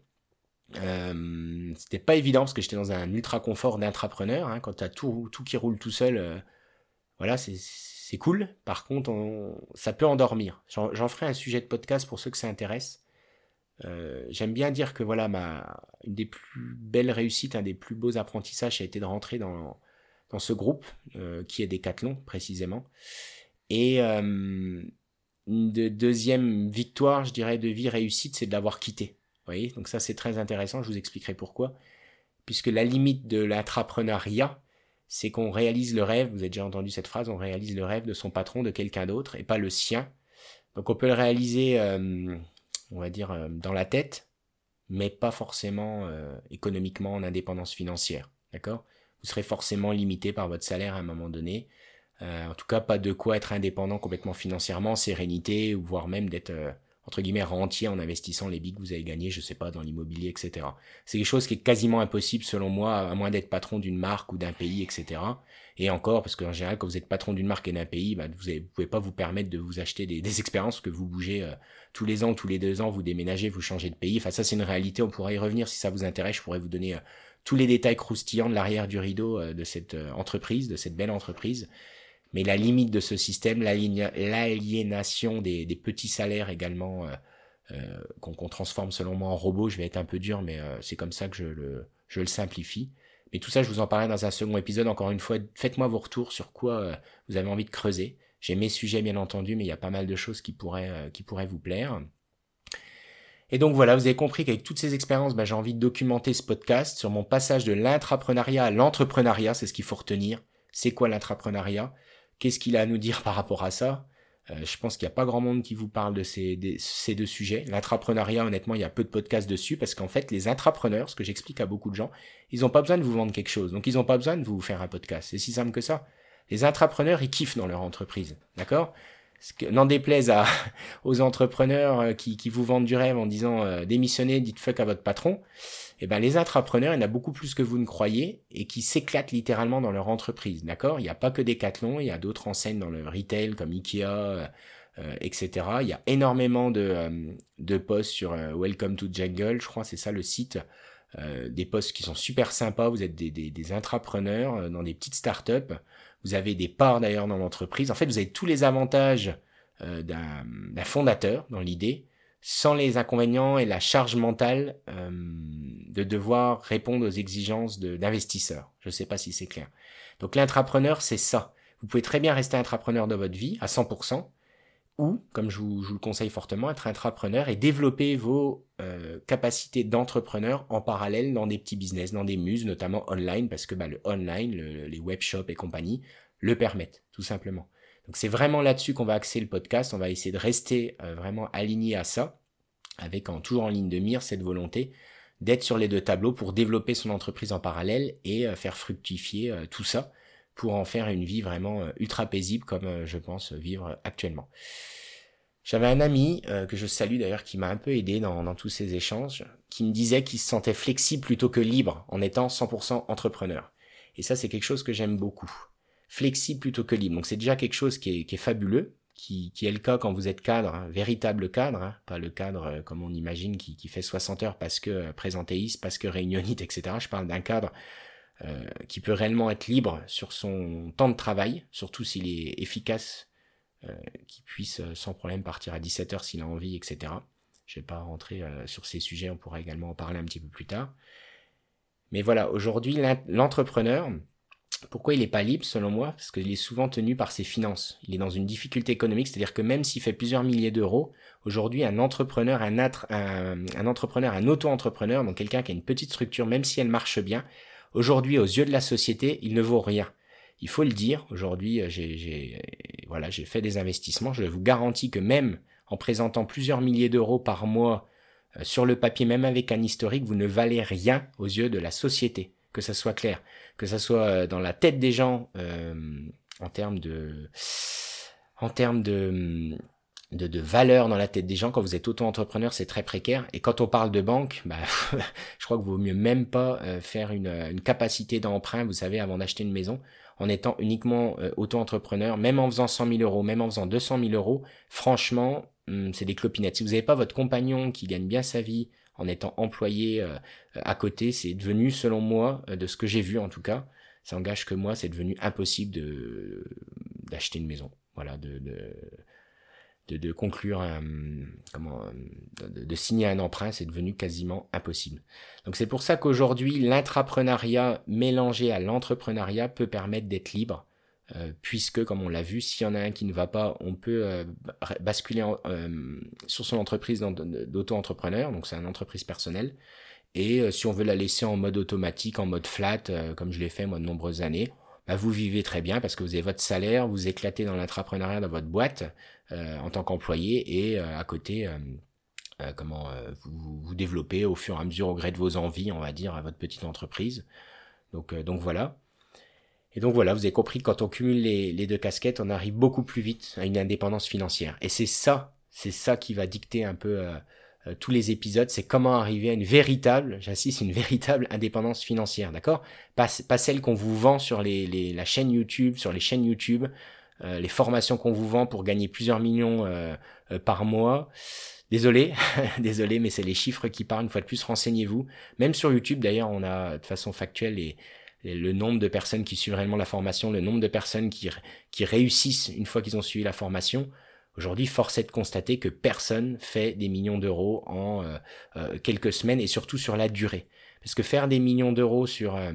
Euh, c'était pas évident parce que j'étais dans un ultra confort d'intrapreneur. Hein. Quand t'as tout, tout qui roule tout seul, euh, voilà, c'est... C'est cool, par contre, on, ça peut endormir. J'en, j'en ferai un sujet de podcast pour ceux que ça intéresse. Euh, j'aime bien dire que voilà, ma, une des plus belles réussites, un des plus beaux apprentissages, ça a été de rentrer dans, dans ce groupe, euh, qui est Decathlon, précisément. Et euh, une de, deuxième victoire, je dirais, de vie réussite, c'est de l'avoir quitté. Vous voyez, donc ça, c'est très intéressant, je vous expliquerai pourquoi. Puisque la limite de l'intrapreneuriat, c'est qu'on réalise le rêve, vous avez déjà entendu cette phrase, on réalise le rêve de son patron, de quelqu'un d'autre, et pas le sien. Donc on peut le réaliser, euh, on va dire, euh, dans la tête, mais pas forcément euh, économiquement en indépendance financière, d'accord ? Vous serez forcément limité par votre salaire à un moment donné. Euh, en tout cas, pas de quoi être indépendant complètement financièrement, sérénité, ou voire même d'être... Euh, entre guillemets, rentier en investissant les billes que vous avez gagnés, je sais pas, dans l'immobilier, et cetera. C'est quelque chose qui est quasiment impossible, selon moi, à moins d'être patron d'une marque ou d'un pays, et cetera. Et encore, parce qu'en général, quand vous êtes patron d'une marque et d'un pays, bah, vous ne pouvez pas vous permettre de vous acheter des, des expériences, que vous bougez euh, tous les ans, tous les deux ans, vous déménagez, vous changez de pays. Enfin, ça, c'est une réalité, on pourra y revenir si ça vous intéresse. Je pourrais vous donner euh, tous les détails croustillants de l'arrière du rideau euh, de cette euh, entreprise, de cette belle entreprise. Mais la limite de ce système, l'aliénation des, des petits salaires également, euh, euh, qu'on, qu'on transforme selon moi en robots, je vais être un peu dur, mais euh, c'est comme ça que je le, je le simplifie. Mais tout ça, je vous en parlerai dans un second épisode. Encore une fois, faites-moi vos retours sur quoi euh, vous avez envie de creuser. J'ai mes sujets, bien entendu, mais il y a pas mal de choses qui pourraient, euh, qui pourraient vous plaire. Et donc voilà, vous avez compris qu'avec toutes ces expériences, bah, j'ai envie de documenter ce podcast sur mon passage de l'intrapreneuriat à l'entrepreneuriat. C'est ce qu'il faut retenir. C'est quoi l'intrapreneuriat ? Qu'est-ce qu'il a à nous dire par rapport à ça ? euh, Je pense qu'il n'y a pas grand monde qui vous parle de ces, des, ces deux sujets. L'intrapreneuriat, honnêtement, il y a peu de podcasts dessus parce qu'en fait, les intrapreneurs, ce que j'explique à beaucoup de gens, ils n'ont pas besoin de vous vendre quelque chose. Donc, ils n'ont pas besoin de vous faire un podcast. C'est si simple que ça. Les intrapreneurs, ils kiffent dans leur entreprise. D'accord ? N'en déplaise à, aux entrepreneurs qui, qui vous vendent du rêve en disant euh, démissionnez, dites fuck à votre patron. Eh ben, les intrapreneurs, il y en a beaucoup plus que vous ne croyez et qui s'éclatent littéralement dans leur entreprise. D'accord ? Il n'y a pas que Decathlon, il y a d'autres enseignes dans le retail comme Ikea, euh, euh, et cetera. Il y a énormément de, euh, de posts sur euh, Welcome to Jungle, je crois, c'est ça le site. Euh, des posts qui sont super sympas. Vous êtes des, des, des intrapreneurs euh, dans des petites startups. Vous avez des parts d'ailleurs dans l'entreprise. En fait, vous avez tous les avantages euh, d'un, d'un fondateur dans l'idée, sans les inconvénients et la charge mentale euh, de devoir répondre aux exigences de, d'investisseurs. Je ne sais pas si c'est clair. Donc l'intrapreneur, c'est ça. Vous pouvez très bien rester intrapreneur de votre vie à cent pour cent, ou, comme je vous, je vous le conseille fortement, être intrapreneur et développer vos euh, capacités d'entrepreneur en parallèle dans des petits business, dans des muses, notamment online, parce que bah, le online, le, les webshops et compagnie le permettent, tout simplement. Donc c'est vraiment là-dessus qu'on va axer le podcast. On va essayer de rester euh, vraiment aligné à ça, avec en, toujours en ligne de mire cette volonté d'être sur les deux tableaux pour développer son entreprise en parallèle et euh, faire fructifier euh, tout ça pour en faire une vie vraiment euh, ultra paisible comme euh, je pense vivre actuellement. J'avais un ami euh, que je salue d'ailleurs qui m'a un peu aidé dans, dans tous ces échanges, qui me disait qu'il se sentait flexible plutôt que libre en étant cent pour cent entrepreneur. Et ça c'est quelque chose que j'aime beaucoup. Flexible plutôt que libre. Donc c'est déjà quelque chose qui est, qui est fabuleux, qui, qui est le cas quand vous êtes cadre, hein, véritable cadre, hein, pas le cadre euh, comme on imagine qui, qui fait soixante heures parce que euh, présentéiste, parce que réunionnite, et cetera. Je parle d'un cadre euh, qui peut réellement être libre sur son temps de travail, surtout s'il est efficace, euh, qui puisse euh, sans problème partir à dix-sept heures s'il a envie, et cetera. Je vais pas rentrer euh, sur ces sujets, on pourra également en parler un petit peu plus tard. Mais voilà, aujourd'hui, l'entrepreneur, pourquoi il n'est pas libre selon moi ? Parce qu'il est souvent tenu par ses finances. Il est dans une difficulté économique, c'est-à-dire que même s'il fait plusieurs milliers d'euros, aujourd'hui un entrepreneur, un, atre, un, un entrepreneur, un auto-entrepreneur, donc quelqu'un qui a une petite structure, même si elle marche bien, aujourd'hui aux yeux de la société, il ne vaut rien. Il faut le dire, aujourd'hui j'ai, j'ai, voilà, j'ai fait des investissements, je vous garantis que même en présentant plusieurs milliers d'euros par mois euh, sur le papier, même avec un historique, vous ne valez rien aux yeux de la société. Que ça soit clair, que ça soit dans la tête des gens euh, en termes de, en termes de, de, de valeur dans la tête des gens. Quand vous êtes auto-entrepreneur, c'est très précaire. Et quand on parle de banque, bah, je crois que vaut mieux même pas euh, faire une, une capacité d'emprunt, vous savez, avant d'acheter une maison, en étant uniquement euh, auto-entrepreneur, même en faisant cent mille euros, même en faisant deux cent mille euros. Franchement, hum, c'est des clopinettes. Si vous n'avez pas votre compagnon qui gagne bien sa vie en étant employé euh, à côté, c'est devenu, selon moi, euh, de ce que j'ai vu en tout cas, ça engage que moi, c'est devenu impossible de d'acheter une maison, voilà, de de de, de conclure un, comment, de, de signer un emprunt, c'est devenu quasiment impossible. Donc c'est pour ça qu'aujourd'hui, l'intrapreneuriat mélangé à l'entrepreneuriat peut permettre d'être libre. Euh, puisque, comme on l'a vu, s'il y en a un qui ne va pas, on peut euh, basculer en, euh, sur son entreprise d'auto-entrepreneur, donc c'est une entreprise personnelle, et euh, si on veut la laisser en mode automatique, en mode flat, euh, comme je l'ai fait moi de nombreuses années, bah, vous vivez très bien parce que vous avez votre salaire, vous éclatez dans l'intrapreneuriat dans votre boîte euh, en tant qu'employé, et euh, à côté, euh, euh, comment euh, vous vous développez au fur et à mesure au gré de vos envies, on va dire, à votre petite entreprise. Donc, euh, donc voilà. Et donc voilà, vous avez compris que quand on cumule les, les deux casquettes, on arrive beaucoup plus vite à une indépendance financière. Et c'est ça, c'est ça qui va dicter un peu euh, euh, tous les épisodes, c'est comment arriver à une véritable, j'insiste, une véritable indépendance financière, d'accord ? Pas, pas celle qu'on vous vend sur les, les, la chaîne YouTube, sur les chaînes YouTube, euh, les formations qu'on vous vend pour gagner plusieurs millions euh, euh, par mois. Désolé, désolé, mais c'est les chiffres qui parlent. Une fois de plus, renseignez-vous. Même sur YouTube, d'ailleurs, on a de façon factuelle les le nombre de personnes qui suivent réellement la formation, le nombre de personnes qui, qui réussissent une fois qu'ils ont suivi la formation, aujourd'hui, force est de constater que personne fait des millions d'euros en euh, euh, quelques semaines et surtout sur la durée. Parce que faire des millions d'euros sur, euh,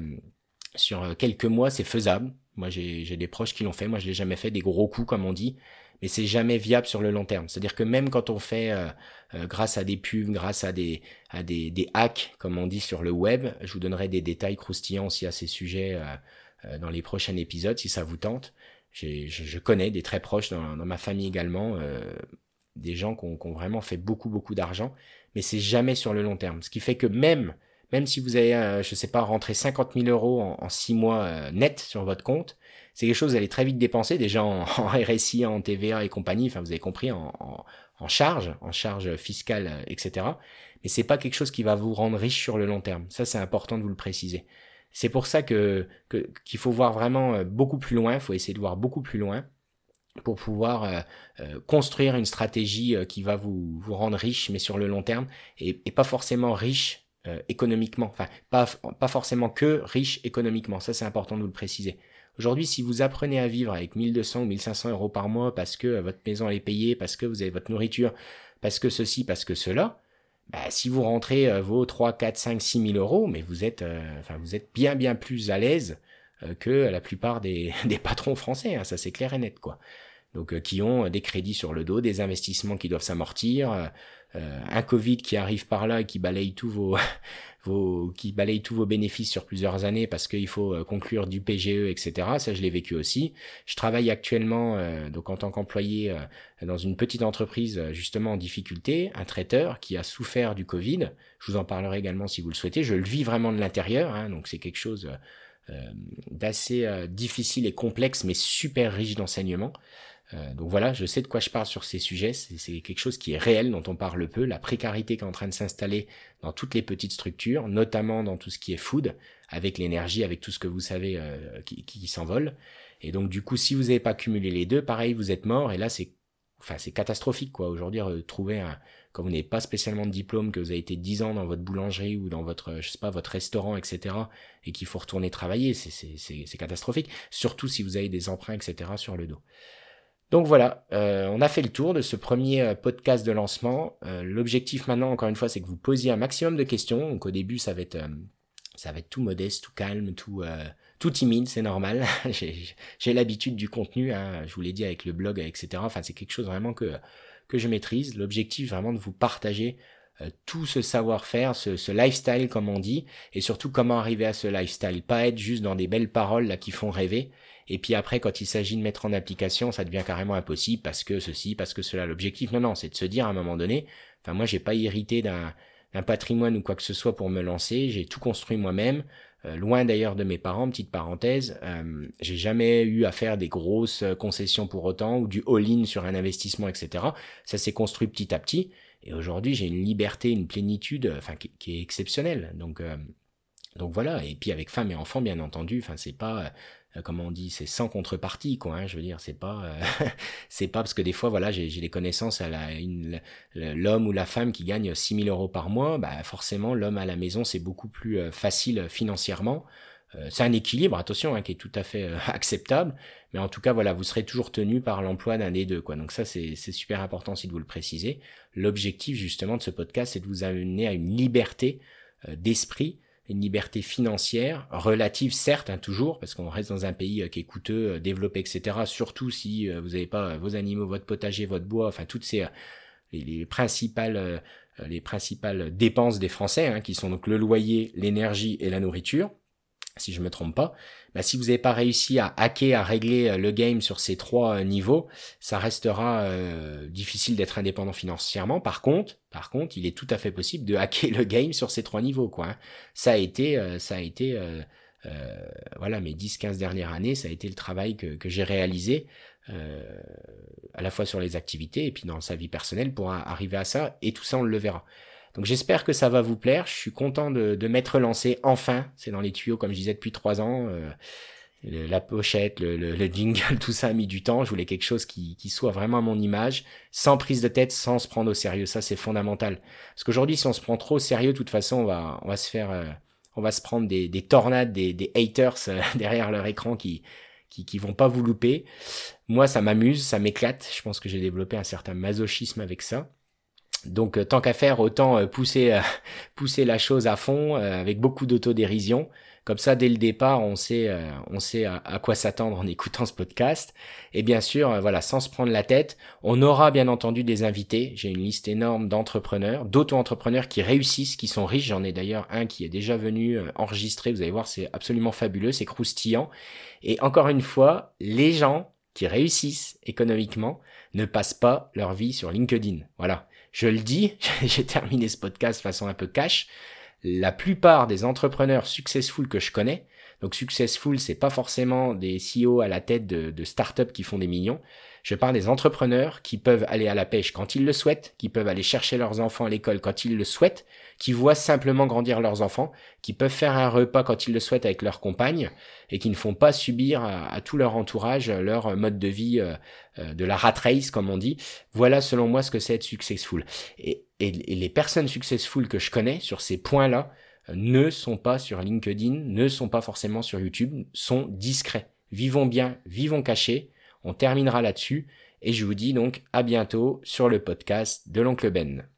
sur quelques mois, c'est faisable. Moi, j'ai, j'ai des proches qui l'ont fait. Moi, je l'ai jamais fait, des gros coups, comme on dit. Mais c'est jamais viable sur le long terme. C'est-à-dire que même quand on fait, euh, euh, grâce à des pubs, grâce à des, à des, des hacks, comme on dit sur le web, je vous donnerai des détails croustillants aussi à ces sujets euh, euh, dans les prochains épisodes, si ça vous tente. J'ai, je, je connais des très proches dans, dans ma famille également, euh, des gens qui ont, qui ont vraiment fait beaucoup, beaucoup d'argent, mais c'est jamais sur le long terme. Ce qui fait que même, même si vous avez, euh, je sais pas, rentré cinquante mille euros en, en six mois euh, net sur votre compte, c'est quelque chose que vous allez très vite dépenser, déjà en, en R S I, en T V A et compagnie, enfin vous avez compris, en, en, en charge, en charge fiscale, et cetera. Mais c'est pas quelque chose qui va vous rendre riche sur le long terme. Ça, c'est important de vous le préciser. C'est pour ça que, que qu'il faut voir vraiment beaucoup plus loin, il faut essayer de voir beaucoup plus loin pour pouvoir euh, euh, construire une stratégie euh, qui va vous, vous rendre riche, mais sur le long terme, et, et pas forcément riche euh, économiquement, enfin pas, pas forcément que riche économiquement, ça c'est important de vous le préciser. Aujourd'hui, si vous apprenez à vivre avec mille deux cents ou mille cinq cents euros par mois parce que votre maison est payée, parce que vous avez votre nourriture, parce que ceci, parce que cela, bah, si vous rentrez euh, vos trois, quatre, cinq, six mille euros, mais vous êtes, euh, enfin, vous êtes bien, bien plus à l'aise euh, que la plupart des, des patrons français, hein, ça c'est clair et net, quoi. Donc, euh, qui ont des crédits sur le dos, des investissements qui doivent s'amortir, euh, euh, un Covid qui arrive par là et qui balaye tous vos, vos, qui balaye tous vos bénéfices sur plusieurs années parce qu'il faut euh, conclure du P G E, et cetera. Ça, je l'ai vécu aussi. Je travaille actuellement, euh, donc en tant qu'employé euh, dans une petite entreprise justement en difficulté, un traiteur qui a souffert du Covid. Je vous en parlerai également si vous le souhaitez. Je le vis vraiment de l'intérieur, hein, donc c'est quelque chose euh, d'assez euh, difficile et complexe, mais super riche d'enseignement. Euh, donc voilà, je sais de quoi je parle sur ces sujets, c'est, c'est quelque chose qui est réel, dont on parle peu, la précarité qui est en train de s'installer dans toutes les petites structures, notamment dans tout ce qui est food, avec l'énergie, avec tout ce que vous savez euh, qui, qui, qui s'envole. Et donc du coup, si vous n'avez pas cumulé les deux, pareil, vous êtes mort, et là c'est, enfin, c'est catastrophique, quoi. Aujourd'hui, retrouver un, quand vous n'avez pas spécialement de diplôme, que vous avez été dix ans dans votre boulangerie ou dans votre, je sais pas, votre restaurant, et cetera, et qu'il faut retourner travailler, c'est, c'est, c'est, c'est catastrophique, surtout si vous avez des emprunts, et cetera sur le dos. Donc voilà, euh, on a fait le tour de ce premier podcast de lancement. Euh, l'objectif maintenant, encore une fois, c'est que vous posiez un maximum de questions. Donc au début, ça va être, euh, ça va être tout modeste, tout calme, tout, euh, tout timide, c'est normal. j'ai, j'ai l'habitude du contenu, hein, je vous l'ai dit avec le blog, et cetera. Enfin, c'est quelque chose vraiment que que je maîtrise. L'objectif, vraiment, de vous partager euh, tout ce savoir-faire, ce, ce lifestyle, comme on dit, et surtout comment arriver à ce lifestyle. Pas être juste dans des belles paroles là qui font rêver. Et puis après, quand il s'agit de mettre en application, ça devient carrément impossible parce que ceci, parce que cela. L'objectif, non, non, c'est de se dire à un moment donné, enfin moi, j'ai pas hérité d'un, d'un patrimoine ou quoi que ce soit pour me lancer. J'ai tout construit moi-même, euh, loin d'ailleurs de mes parents. Petite parenthèse, euh, j'ai jamais eu à faire des grosses concessions pour autant ou du all-in sur un investissement, et cetera. Ça s'est construit petit à petit. Et aujourd'hui, j'ai une liberté, une plénitude, enfin qui, qui est exceptionnelle. Donc euh, donc voilà. Et puis avec femme et enfants, bien entendu. Enfin, c'est pas Euh, comment on dit, c'est sans contrepartie, quoi, hein, je veux dire, c'est pas euh, c'est pas parce que des fois, voilà, j'ai, j'ai des connaissances à la, une, l'homme ou la femme qui gagne six mille euros par mois, bah forcément l'homme à la maison c'est beaucoup plus euh, facile financièrement. Euh, c'est un équilibre, attention, hein, qui est tout à fait euh, acceptable, mais en tout cas voilà, vous serez toujours tenu par l'emploi d'un des deux, quoi. Donc ça c'est c'est super important si de vous le préciser. L'objectif justement de ce podcast, c'est de vous amener à une liberté euh, d'esprit, une liberté financière, relative certes, hein, toujours, parce qu'on reste dans un pays euh, qui est coûteux, euh, développé, et cetera. Surtout si euh, vous n'avez pas euh, vos animaux, votre potager, votre bois, enfin toutes ces euh, les, les principales euh, les principales dépenses des Français, hein, qui sont donc le loyer, l'énergie et la nourriture. Si je me trompe pas, bah si vous n'avez pas réussi à hacker, à régler le game sur ces trois niveaux, ça restera euh, difficile d'être indépendant financièrement. Par contre, par contre, il est tout à fait possible de hacker le game sur ces trois niveaux, quoi. Hein. Ça a été, euh, ça a été, euh, euh, voilà, mes dix quinze dernières années, ça a été le travail que, que j'ai réalisé, euh, à la fois sur les activités et puis dans sa vie personnelle pour arriver à ça. Et tout ça, on le verra. Donc j'espère que ça va vous plaire, je suis content de, de m'être lancé, enfin, c'est dans les tuyaux comme je disais depuis trois ans, euh, le, la pochette, le, le, le jingle, tout ça a mis du temps, je voulais quelque chose qui, qui soit vraiment à mon image, sans prise de tête, sans se prendre au sérieux, ça c'est fondamental. Parce qu'aujourd'hui si on se prend trop au sérieux, de toute façon on va, on va se faire... Euh, on va se prendre des, des tornades, des, des haters euh, derrière leur écran qui, qui, qui vont pas vous louper. Moi, ça m'amuse, ça m'éclate. Je pense que j'ai développé un certain masochisme avec ça. Donc, euh, tant qu'à faire, autant euh, pousser, euh, pousser la chose à fond, euh, avec beaucoup d'autodérision. Comme ça, dès le départ, on sait, euh, on sait à, à quoi s'attendre en écoutant ce podcast. Et bien sûr, euh, voilà, sans se prendre la tête, on aura bien entendu des invités. J'ai une liste énorme d'entrepreneurs, d'auto-entrepreneurs qui réussissent, qui sont riches. J'en ai d'ailleurs un qui est déjà venu euh, enregistrer. Vous allez voir, c'est absolument fabuleux, c'est croustillant. Et encore une fois, les gens qui réussissent économiquement ne passent pas leur vie sur LinkedIn. Voilà. Je le dis, j'ai terminé ce podcast de façon un peu cash. La plupart des entrepreneurs successful que je connais, donc successful, c'est pas forcément des C E O à la tête de, de startups qui font des millions. Je parle des entrepreneurs qui peuvent aller à la pêche quand ils le souhaitent, qui peuvent aller chercher leurs enfants à l'école quand ils le souhaitent, qui voient simplement grandir leurs enfants, qui peuvent faire un repas quand ils le souhaitent avec leur compagne et qui ne font pas subir à, à tout leur entourage leur mode de vie euh, euh, de la rat race, comme on dit. Voilà selon moi ce que c'est être successful. Et, et, et les personnes successful que je connais sur ces points-là euh, ne sont pas sur LinkedIn, ne sont pas forcément sur YouTube, sont discrets. Vivons bien, vivons cachés. On terminera là-dessus et je vous dis donc à bientôt sur le podcast de l'Oncle Ben.